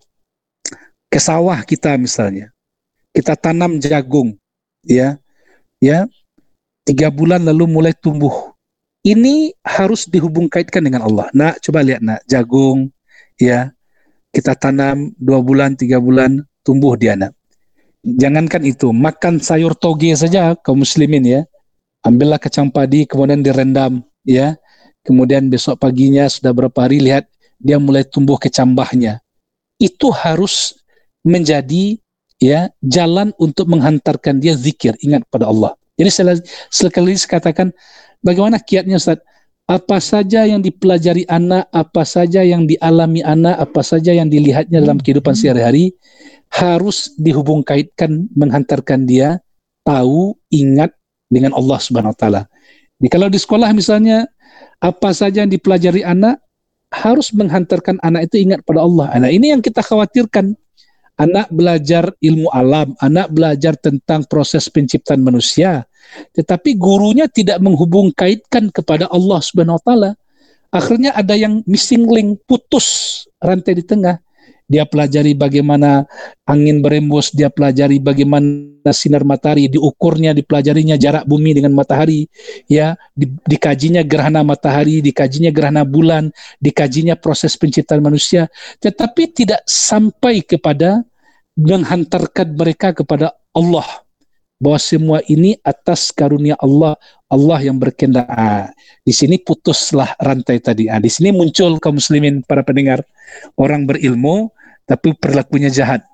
ke sawah kita misalnya, kita tanam jagung, ya, ya, tiga bulan lalu mulai tumbuh. Ini harus dihubung kaitkan dengan Allah. Nah, coba lihat nak, jagung, ya, kita tanam dua bulan, tiga bulan, tumbuh dia nak. Jangankan itu, makan sayur toge saja kaum muslimin ya. Ambillah kacang padi kemudian direndam ya. Kemudian besok paginya sudah berapa hari lihat dia mulai tumbuh kecambahnya. Itu harus menjadi ya jalan untuk menghantarkan dia zikir, ingat pada Allah. Jadi sekali lagi katakan bagaimana kiatnya Ustaz? Apa saja yang dipelajari anak, apa saja yang dialami anak, apa saja yang dilihatnya dalam kehidupan sehari-hari harus dihubung kaitkan menghantarkan dia tahu, ingat dengan Allah Subhanahu wa taala. Jadi kalau di sekolah misalnya apa saja yang dipelajari anak harus menghantarkan anak itu ingat pada Allah. Nah, ini yang kita khawatirkan. Anak belajar ilmu alam, anak belajar tentang proses penciptaan manusia, tetapi gurunya tidak menghubung kaitkan kepada Allah Subhanahu wa taala. Akhirnya ada yang missing link, putus rantai di tengah. Dia pelajari bagaimana angin berembus, dia pelajari bagaimana sinar matahari, diukurnya, dipelajarinya jarak bumi dengan matahari, ya, di, dikajinya gerhana matahari, dikajinya gerhana bulan, dikajinya proses penciptaan manusia, tetapi tidak sampai kepada menghantarkan mereka kepada Allah, bahwa semua ini atas karunia Allah, Allah yang berkehendak. Ah, di sini putuslah rantai tadi. Ah, di sini muncul kaum muslimin para pendengar, orang berilmu tapi perilakunya jahat.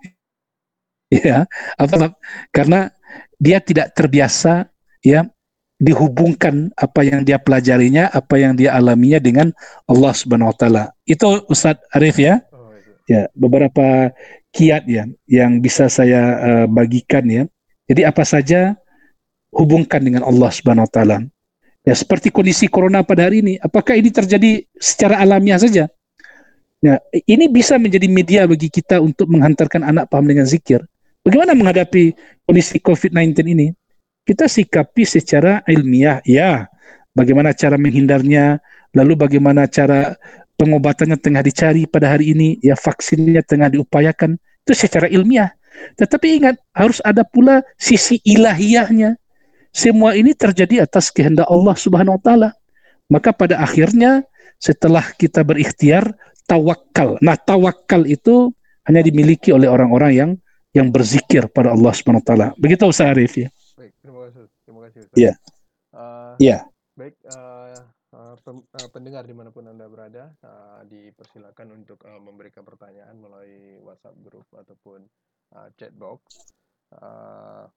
Ya, apa? Karena dia tidak terbiasa ya dihubungkan apa yang dia pelajarinya, apa yang dia alaminya dengan Allah Subhanahu wa taala. Itu Ustaz Arif ya. Oh, itu. Ya, beberapa kiat ya yang bisa saya uh, bagikan ya. Jadi apa saja hubungkan dengan Allah Subhanahu wa taala. Ya seperti kondisi corona pada hari ini, apakah ini terjadi secara alamiah saja? Ya, ini bisa menjadi media bagi kita untuk menghantarkan anak paham dengan zikir. Bagaimana menghadapi kondisi covid sembilan belas ini? Kita sikapi secara ilmiah, ya. Bagaimana cara menghindarnya, lalu bagaimana cara pengobatannya tengah dicari pada hari ini, ya vaksinnya tengah diupayakan, itu secara ilmiah. Tetapi ingat, harus ada pula sisi ilahiyahnya. Semua ini terjadi atas kehendak Allah Subhanahu wa taala. Maka pada akhirnya setelah kita berikhtiar, tawakal. Nah, tawakal itu hanya dimiliki oleh orang-orang yang yang berzikir pada Allah Subhanahu wa taala. Begitu Ustaz Arif ya. Baik, terima kasih. Terima kasih Ustaz. Iya. Uh, Iya. Baik, uh, uh, pem, uh, pendengar dimanapun Anda berada, uh, dipersilakan untuk uh, memberikan pertanyaan melalui WhatsApp group ataupun uh, chat box. Uh,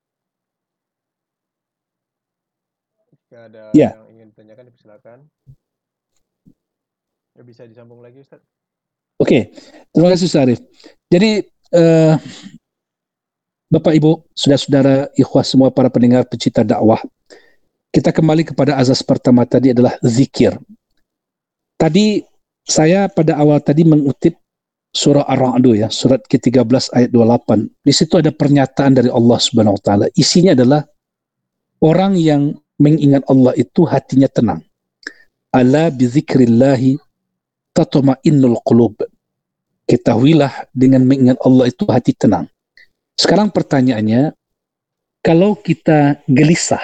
jika ada Iya. yang ingin ditanyakan, dipersilakan. Ya, bisa disambung lagi Ustaz. Oke, terima kasih Ustaz Arif. Jadi uh, Bapak Ibu, saudara-saudara, ikhwah semua para pendengar pecinta dakwah, kita kembali kepada azas pertama tadi adalah zikir. Tadi saya pada awal tadi mengutip surah Ar-Ra'd ya, surat ke tiga belas ayat dua puluh delapan. Di situ ada pernyataan dari Allah Subhanahu wa taala. Isinya adalah orang yang mengingat Allah itu hatinya tenang. Ala bizikrillahi tatma'innul qulub. Ketahuilah dengan mengingat Allah itu hati tenang. Sekarang pertanyaannya, kalau kita gelisah,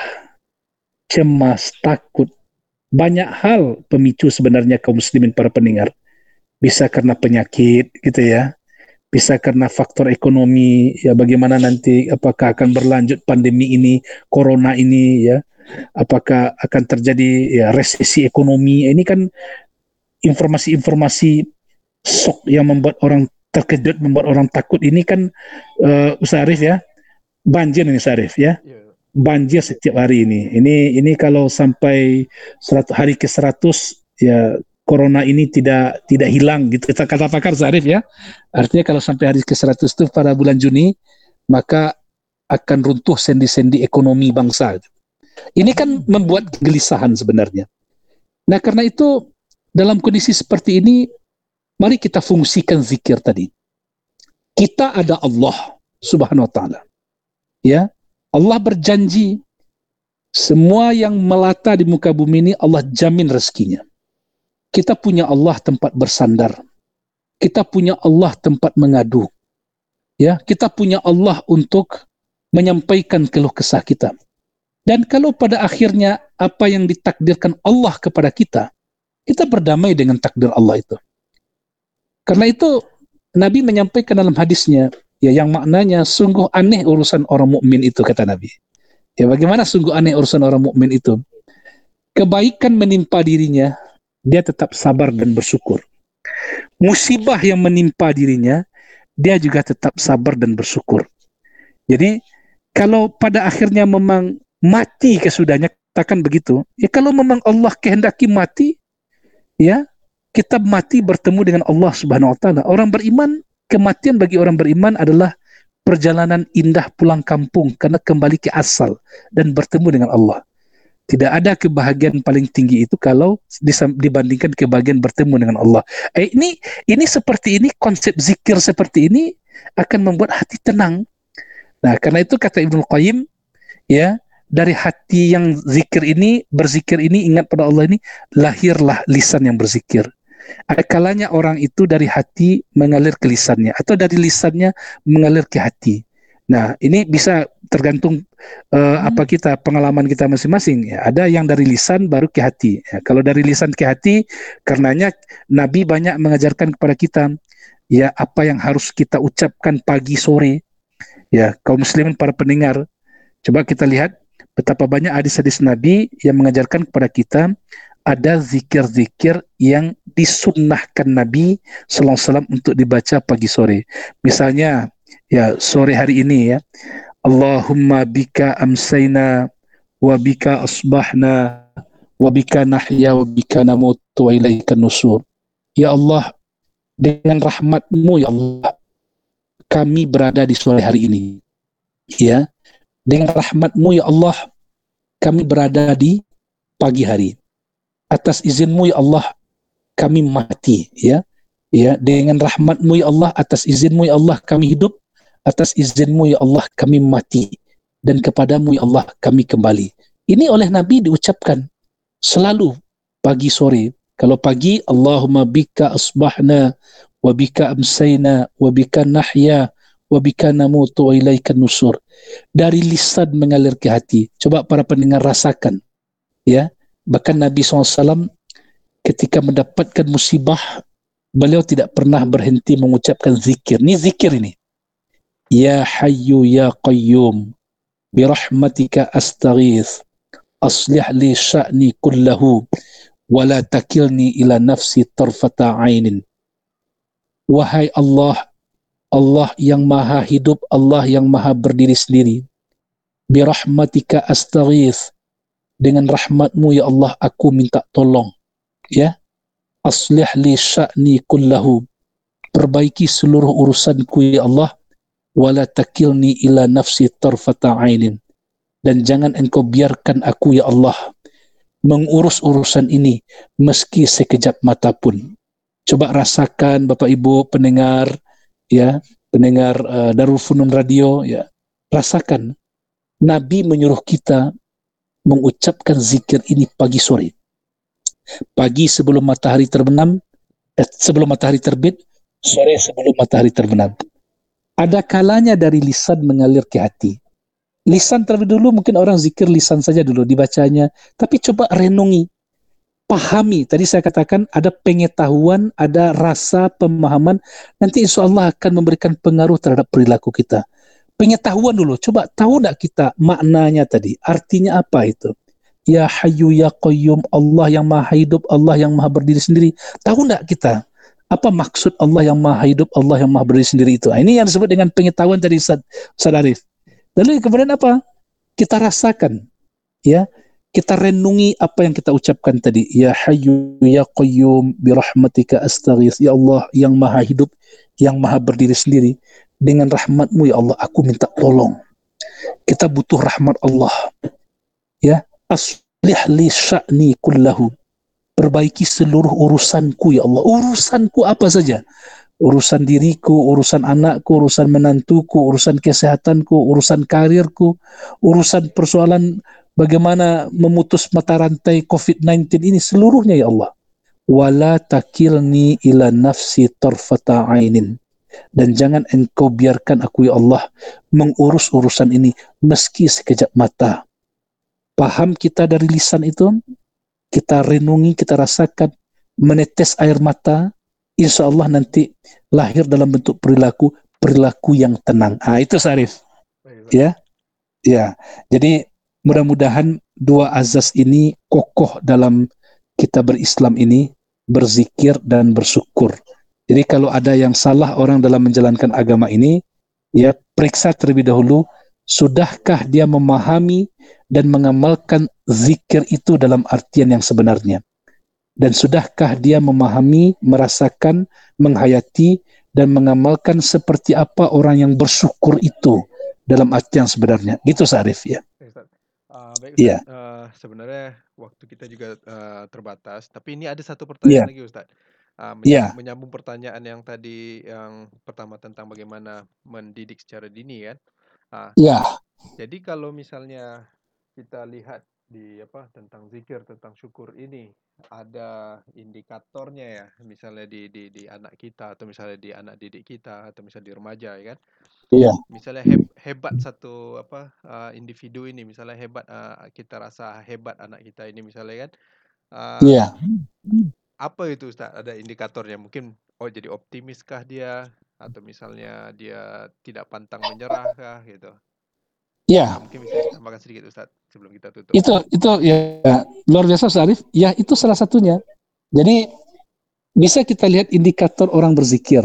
cemas, takut, banyak hal pemicu sebenarnya kaum muslimin para pendengar. Bisa karena penyakit gitu ya, bisa karena faktor ekonomi, ya bagaimana nanti apakah akan berlanjut pandemi ini, corona ini ya, apakah akan terjadi ya resesi ekonomi. Ini kan informasi-informasi shock yang membuat orang terkejut, membuat orang takut. Ini kan uh, Ustaz Arif ya, banjir ini Ustaz Arif ya. Banjir setiap hari ini. Ini ini kalau sampai seratus, hari ke seratus ya corona ini tidak tidak hilang gitu. Kata kata pakar Zarif ya. Artinya kalau sampai hari ke seratus itu pada bulan Juni, maka akan runtuh sendi-sendi ekonomi bangsa. Ini kan membuat kegelisahan sebenarnya. Nah, karena itu dalam kondisi seperti ini, mari kita fungsikan zikir tadi. Kita ada Allah Subhanahu wa taala. Ya. Allah berjanji semua yang melata di muka bumi ini Allah jamin rezekinya. Kita punya Allah tempat bersandar. Kita punya Allah tempat mengadu. Ya, kita punya Allah untuk menyampaikan keluh kesah kita. Dan kalau pada akhirnya apa yang ditakdirkan Allah kepada kita, kita berdamai dengan takdir Allah itu. Karena itu Nabi menyampaikan dalam hadisnya, ya yang maknanya sungguh aneh urusan orang mukmin itu, kata Nabi. Ya bagaimana sungguh aneh urusan orang mukmin itu? Kebaikan menimpa dirinya, dia tetap sabar dan bersyukur. Musibah yang menimpa dirinya, dia juga tetap sabar dan bersyukur. Jadi kalau pada akhirnya memang mati kesudahnya, katakan begitu. Ya kalau memang Allah kehendaki mati, ya kita mati bertemu dengan Allah Subhanahu wa taala. Orang beriman, kematian bagi orang beriman adalah perjalanan indah pulang kampung karena kembali ke asal dan bertemu dengan Allah. Tidak ada kebahagiaan paling tinggi itu kalau dibandingkan kebahagiaan bertemu dengan Allah. Eh, ini ini seperti ini, konsep zikir seperti ini akan membuat hati tenang. Nah, karena itu kata Ibnu Qayyim, ya, dari hati yang zikir ini, berzikir ini, ingat pada Allah ini, lahirlah lisan yang berzikir. Ada kalanya orang itu dari hati mengalir ke lisannya, atau dari lisannya mengalir ke hati. Nah, ini bisa tergantung uh, hmm. apa kita, pengalaman kita masing-masing. Ya, ada yang dari lisan baru ke hati. Ya, kalau dari lisan ke hati, karenanya Nabi banyak mengajarkan kepada kita, ya apa yang harus kita ucapkan pagi sore. Ya, kaum muslimin para pendengar, coba kita lihat betapa banyak hadis-hadis Nabi yang mengajarkan kepada kita ada zikir-zikir yang disunnahkan Nabi sallallahu alaihi wasallam untuk dibaca pagi sore. Misalnya, ya sore hari ini ya, Allahumma bika amsayna wa bika asbahna wa bika nahya wa bika namut wa ilaika nusur. Ya Allah, dengan rahmat-Mu ya Allah, kami berada di sore hari ini. Ya, dengan rahmat-Mu ya Allah, kami berada di pagi hari. Atas izin-Mu ya Allah, kami mati. Ya, ya, dengan rahmat-Mu ya Allah, atas izin-Mu ya Allah, kami hidup. Atas izin-Mu ya Allah, kami mati. Dan kepadamu ya Allah, kami kembali. Ini oleh Nabi diucapkan selalu pagi sore. Kalau pagi, Allahumma bika asbahna, wa bika amsayna, wa bika nahya, wa bika namutu, wa ilaikan nusur. Dari lisan mengalir ke hati. Coba para pendengar rasakan. Ya, bahkan Nabi shallallahu alaihi wasallam ketika mendapatkan musibah, beliau tidak pernah berhenti mengucapkan zikir. Ini zikir ini. Ya Hayyu Ya Qayyum, birahmatika astaghith, aslih li sya'ni kullahu, wala takilni ila nafsi tarfata ainin. Wahai Allah, Allah yang maha hidup, Allah yang maha berdiri sendiri. Birahmatika astaghith, dengan rahmatmu ya Allah aku minta tolong. Ya, aslih li sya'ni kullahu, perbaiki seluruh urusanku ya Allah. Wala takilni ila nafsi tarfata ainin, dan jangan engkau biarkan aku ya Allah mengurus urusan ini meski sekejap mata pun. Coba rasakan Bapak Ibu pendengar, ya, pendengar uh, Darul Funun Radio, ya, rasakan Nabi menyuruh kita mengucapkan zikir ini pagi sore. Pagi sebelum matahari terbenam, eh, sebelum matahari terbit, sore sebelum matahari terbenam. Ada kalanya dari lisan mengalir ke hati. Lisan terlebih dulu, mungkin orang zikir lisan saja dulu dibacanya, tapi coba renungi, pahami. Tadi saya katakan ada pengetahuan, ada rasa pemahaman, nanti insya Allah akan memberikan pengaruh terhadap perilaku kita. Pengetahuan dulu, coba tahu enggak kita maknanya tadi, artinya apa itu? Ya Hayyu Ya Qayyum, Allah yang maha hidup, Allah yang maha berdiri sendiri. Tahu enggak kita apa maksud Allah yang maha hidup, Allah yang maha berdiri sendiri itu? Nah, ini yang disebut dengan pengetahuan tadi Ustaz Arif. Lalu kemudian apa? Kita rasakan, ya, kita renungi apa yang kita ucapkan tadi. Ya Hayyu Ya Qayyum, birahmatika astaghith. Ya Allah yang maha hidup, yang maha berdiri sendiri. Dengan rahmatmu ya Allah, aku minta tolong. Kita butuh rahmat Allah. Ya, aslih li sya'ni kullahu, perbaiki seluruh urusanku ya Allah. Urusanku apa saja? Urusan diriku, urusan anakku, urusan menantuku, urusan kesehatanku, urusan karirku, urusan persoalan bagaimana memutus mata rantai covid sembilan belas ini, seluruhnya ya Allah. Wala takilni ila nafsi tarfata ainin, dan jangan engkau biarkan aku ya Allah mengurus urusan ini meski sekejap mata. Paham kita dari lisan itu? Kita renungi, kita rasakan, menetes air mata, insya Allah nanti lahir dalam bentuk perilaku, perilaku yang tenang. Ah, itu Sarif. Ya, ya. Jadi mudah-mudahan dua azas ini kokoh dalam kita berislam ini, berzikir dan bersyukur. Jadi kalau ada yang salah orang dalam menjalankan agama ini, ya periksa terlebih dahulu, sudahkah dia memahami dan mengamalkan zikir itu dalam artian yang sebenarnya? Dan sudahkah dia memahami, merasakan, menghayati, dan mengamalkan seperti apa orang yang bersyukur itu dalam arti yang sebenarnya? Gitu Sarif ya. Uh, baik Ustaz, yeah. uh, sebenarnya waktu kita juga uh, terbatas, tapi ini ada satu pertanyaan yeah. lagi Ustaz. Uh, menyambung, yeah. menyambung pertanyaan yang tadi yang pertama tentang bagaimana mendidik secara dini kan. Uh, yeah. Jadi kalau misalnya kita lihat di apa tentang zikir, tentang syukur ini ada indikatornya ya, misalnya di di di anak kita atau misalnya di anak didik kita atau misalnya di remaja ya kan. Iya. Misalnya heb, hebat satu apa uh, individu ini, misalnya hebat uh, kita rasa hebat anak kita ini misalnya kan. Uh, iya. Apa itu Ustaz? Ada indikatornya, mungkin oh jadi optimiskah dia, atau misalnya dia tidak pantang menyerah kah gitu. Ya. Mungkin bisa ditambahkan sedikit Ustaz sebelum kita tutup. Itu itu ya luar biasa Ustaz Arif. Ya, itu salah satunya. Jadi bisa kita lihat indikator orang berzikir.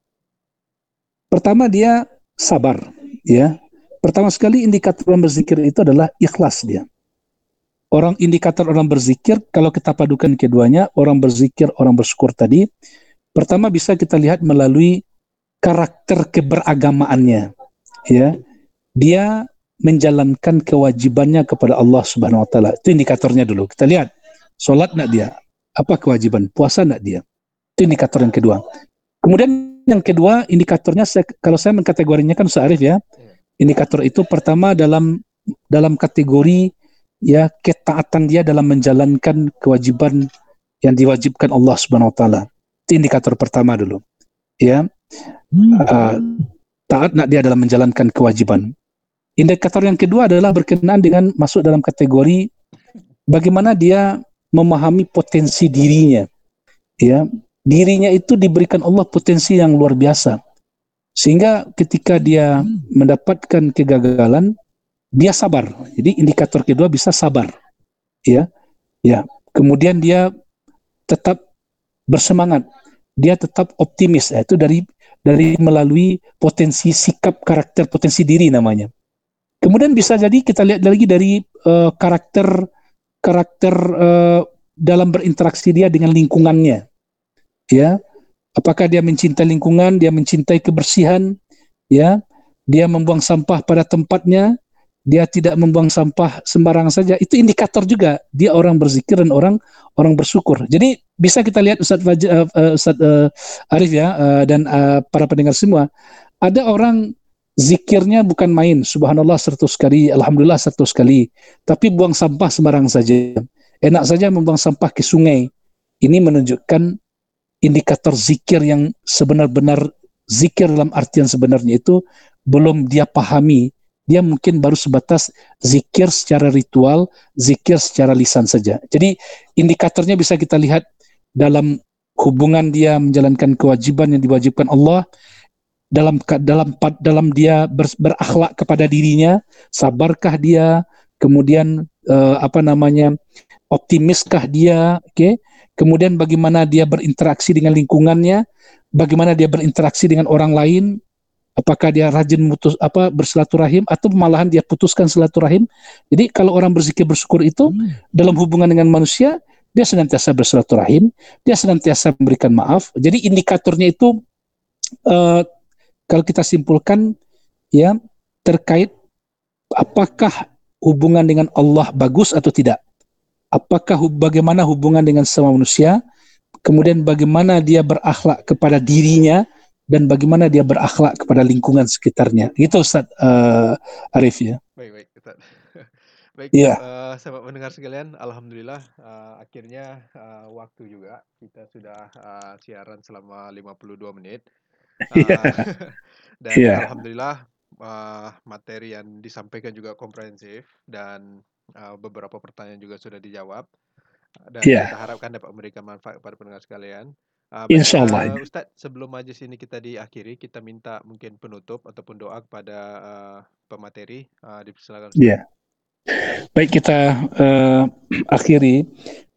Pertama dia sabar, ya. Pertama sekali indikator orang berzikir itu adalah ikhlas dia. Orang indikator orang berzikir kalau kita padukan keduanya, orang berzikir, orang bersyukur tadi, pertama bisa kita lihat melalui karakter keberagamaannya, ya. Dia menjalankan kewajibannya kepada Allah Subhanahu wa taala. Itu indikatornya dulu. Kita lihat salat enggak dia? Apa kewajiban? Puasa enggak dia? Itu indikator yang kedua. Kemudian yang kedua, indikatornya saya, kalau saya mengkategorinya kan Ustaz Arif ya. Indikator itu pertama dalam dalam kategori ya ketaatan dia dalam menjalankan kewajiban yang diwajibkan Allah Subhanahu wa taala. Itu indikator pertama dulu. Ya. Uh, taat nak dia dalam menjalankan kewajiban. Indikator yang kedua adalah berkenaan dengan masuk dalam kategori bagaimana dia memahami potensi dirinya. Ya, dirinya itu diberikan Allah potensi yang luar biasa. Sehingga ketika dia mendapatkan kegagalan, dia sabar. Jadi indikator kedua bisa sabar. Ya. Ya, kemudian dia tetap bersemangat. Dia tetap optimis. Ya, itu dari dari melalui potensi sikap karakter, potensi diri namanya. Kemudian bisa jadi kita lihat lagi dari uh, karakter karakter uh, dalam berinteraksi dia dengan lingkungannya, ya. Apakah dia mencintai lingkungan, dia mencintai kebersihan, ya. Dia membuang sampah pada tempatnya, dia tidak membuang sampah sembarangan saja. Itu indikator juga dia orang berzikir dan orang orang bersyukur. Jadi bisa kita lihat Ustaz Faj, uh, Ustaz uh, Arif ya uh, dan uh, para pendengar semua, ada orang zikirnya bukan main, subhanallah seratus kali, alhamdulillah seratus kali, tapi buang sampah sembarang saja. Enak saja membuang sampah ke sungai. Ini menunjukkan indikator zikir yang sebenar-benar zikir dalam artian sebenarnya itu belum dia pahami. Dia mungkin baru sebatas zikir secara ritual, zikir secara lisan saja. Jadi indikatornya bisa kita lihat dalam hubungan dia menjalankan kewajiban yang diwajibkan Allah, dalam dalam dalam dia ber, berakhlak kepada dirinya, sabarkah dia, kemudian uh, apa namanya optimiskah dia, oke, okay? Kemudian bagaimana dia berinteraksi dengan lingkungannya, bagaimana dia berinteraksi dengan orang lain, apakah dia rajin mutus apa bersilaturahim atau malahan dia putuskan silaturahim. Jadi kalau orang berzikir bersyukur itu hmm. dalam hubungan dengan manusia, dia senantiasa bersilaturahim, dia senantiasa memberikan maaf. Jadi indikatornya itu uh, kalau kita simpulkan ya terkait apakah hubungan dengan Allah bagus atau tidak, apakah bagaimana hubungan dengan semua manusia, kemudian bagaimana dia berakhlak kepada dirinya dan bagaimana dia berakhlak kepada lingkungan sekitarnya. Itu Ustaz uh, Arif ya. Baik baik Ustaz. Baik, yeah. uh, sahabat pendengar sekalian, alhamdulillah uh, akhirnya uh, waktu juga kita sudah uh, siaran selama lima puluh dua menit. Uh, yeah. dan yeah. alhamdulillah uh, materi yang disampaikan juga komprehensif dan uh, beberapa pertanyaan juga sudah dijawab dan yeah. kita harapkan dapat memberikan manfaat kepada pendengar sekalian. Uh, Insyaallah. Uh, Ustadz, sebelum majlis ini kita diakhiri, kita minta mungkin penutup ataupun doa kepada uh, pemateri. Uh, dipersilakan Ustadz. Yeah. Baik, kita uh, akhiri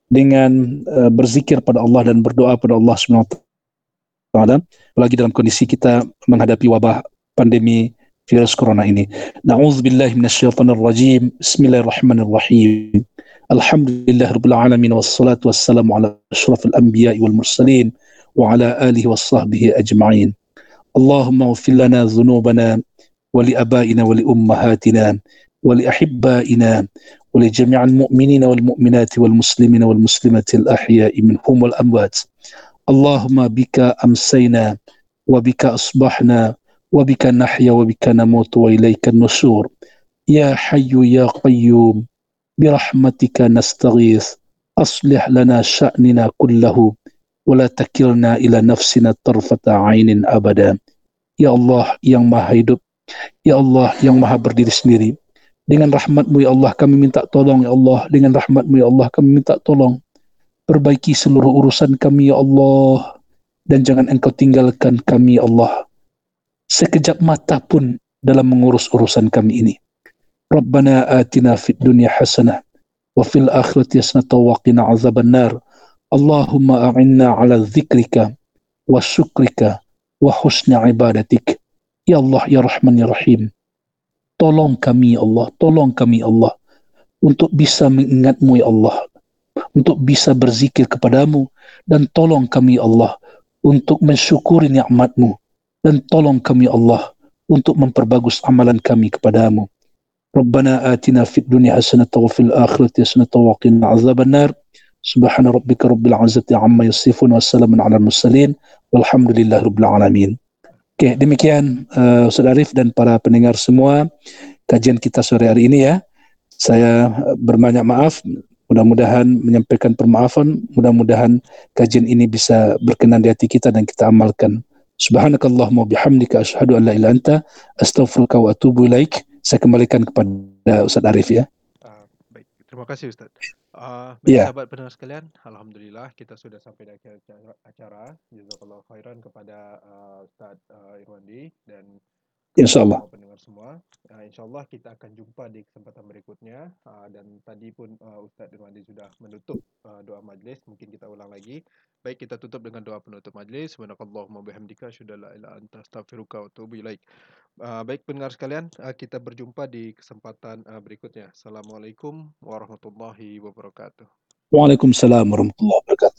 dengan uh, berzikir pada Allah dan berdoa pada Allah Subhanahu wa taala, apalagi dalam kondisi kita menghadapi wabah pandemi virus corona ini. Na'udzubillahi minasyaitonir rajim. Bismillahirrahmanirrahim. Alhamdulillahirabbil alamin wassalatu wassalamu ala asyrafil anbiya'i wal mursalin wa ala alihi wassahbihi ajma'in. Allahumma ighfir lana dhunubana wa li abaina wa li ummahatina ولأحبائنا ولجميع المؤمنين والمؤمنات والمسلمين والمسلمات الأحياء منهم والأموات. اللهم بك أمسينا وبك أصبحنا وبك نحيا وبك نموت وإليك النشور. يا حي يا قيوم برحمتك نستغيث أصلح لنا شأننا كله ولا تكلنا إلى نفسنا طرفة عين أبدا. Ya Allah yang maha hidup, Ya Allah yang maha berdiri sendiri, dengan rahmat-Mu ya Allah kami minta tolong ya Allah, dengan rahmat-Mu ya Allah kami minta tolong, perbaiki seluruh urusan kami ya Allah, dan jangan Engkau tinggalkan kami ya Allah sekejap mata pun dalam mengurus urusan kami ini. Rabbana atina fid dunya hasanah wa fil akhirati hasanah wa qina azabannar. Allahumma a'inna ala dzikrika wa syukrika wa husni ibadatik. Ya Allah ya Rahman ya Rahim, tolong kami ya Allah, tolong kami ya Allah untuk bisa mengingat-Mu ya Allah, untuk bisa berzikir kepadamu, dan tolong kami ya Allah untuk mensyukuri nikmat-Mu dan tolong kami Allah untuk memperbagus amalan kami kepadamu. Rabbana atina fid dunya hasanatan wa fil akhirati hasanatan wa qina azabannar. Subhana rabbika rabbil izzati amma yasifun wa salamun alal mursalin walhamdulillahi rabbil alamin. Oke, demikian uh, Ustaz Arif dan para pendengar semua kajian kita sore hari ini ya. Saya berbanyak maaf, mudah-mudahan menyampaikan permaafan, mudah-mudahan kajian ini bisa berkenan di hati kita dan kita amalkan. Subhanakallahumma bihamdika asyhadu an la ilaha illa anta astaghfiruka wa atubu ilaik. Saya kembalikan kepada Ustaz Arif ya. Uh, baik, terima kasih Ustaz. Uh, baik, Ya. sahabat pendengar sekalian, alhamdulillah kita sudah sampai di akhir acara. Jazakallahu khairan kepada uh, Ustaz uh, Irwandi dan Insyaallah. semua pendengar semua. Uh, InsyaAllah kita akan jumpa di kesempatan berikutnya. Uh, dan tadi pun uh, Ustaz Irwandi sudah menutup uh, doa majlis. Mungkin kita ulang lagi. Baik, kita tutup dengan doa penutup majlis. Subhanakallahumma bihamdika asyhadu an la ilaha illa anta astaghfiruka wa atubu ilaik. Uh, baik pendengar sekalian, uh, kita berjumpa di kesempatan uh, berikutnya. Assalamualaikum warahmatullahi wabarakatuh. Waalaikumsalam warahmatullahi wabarakatuh.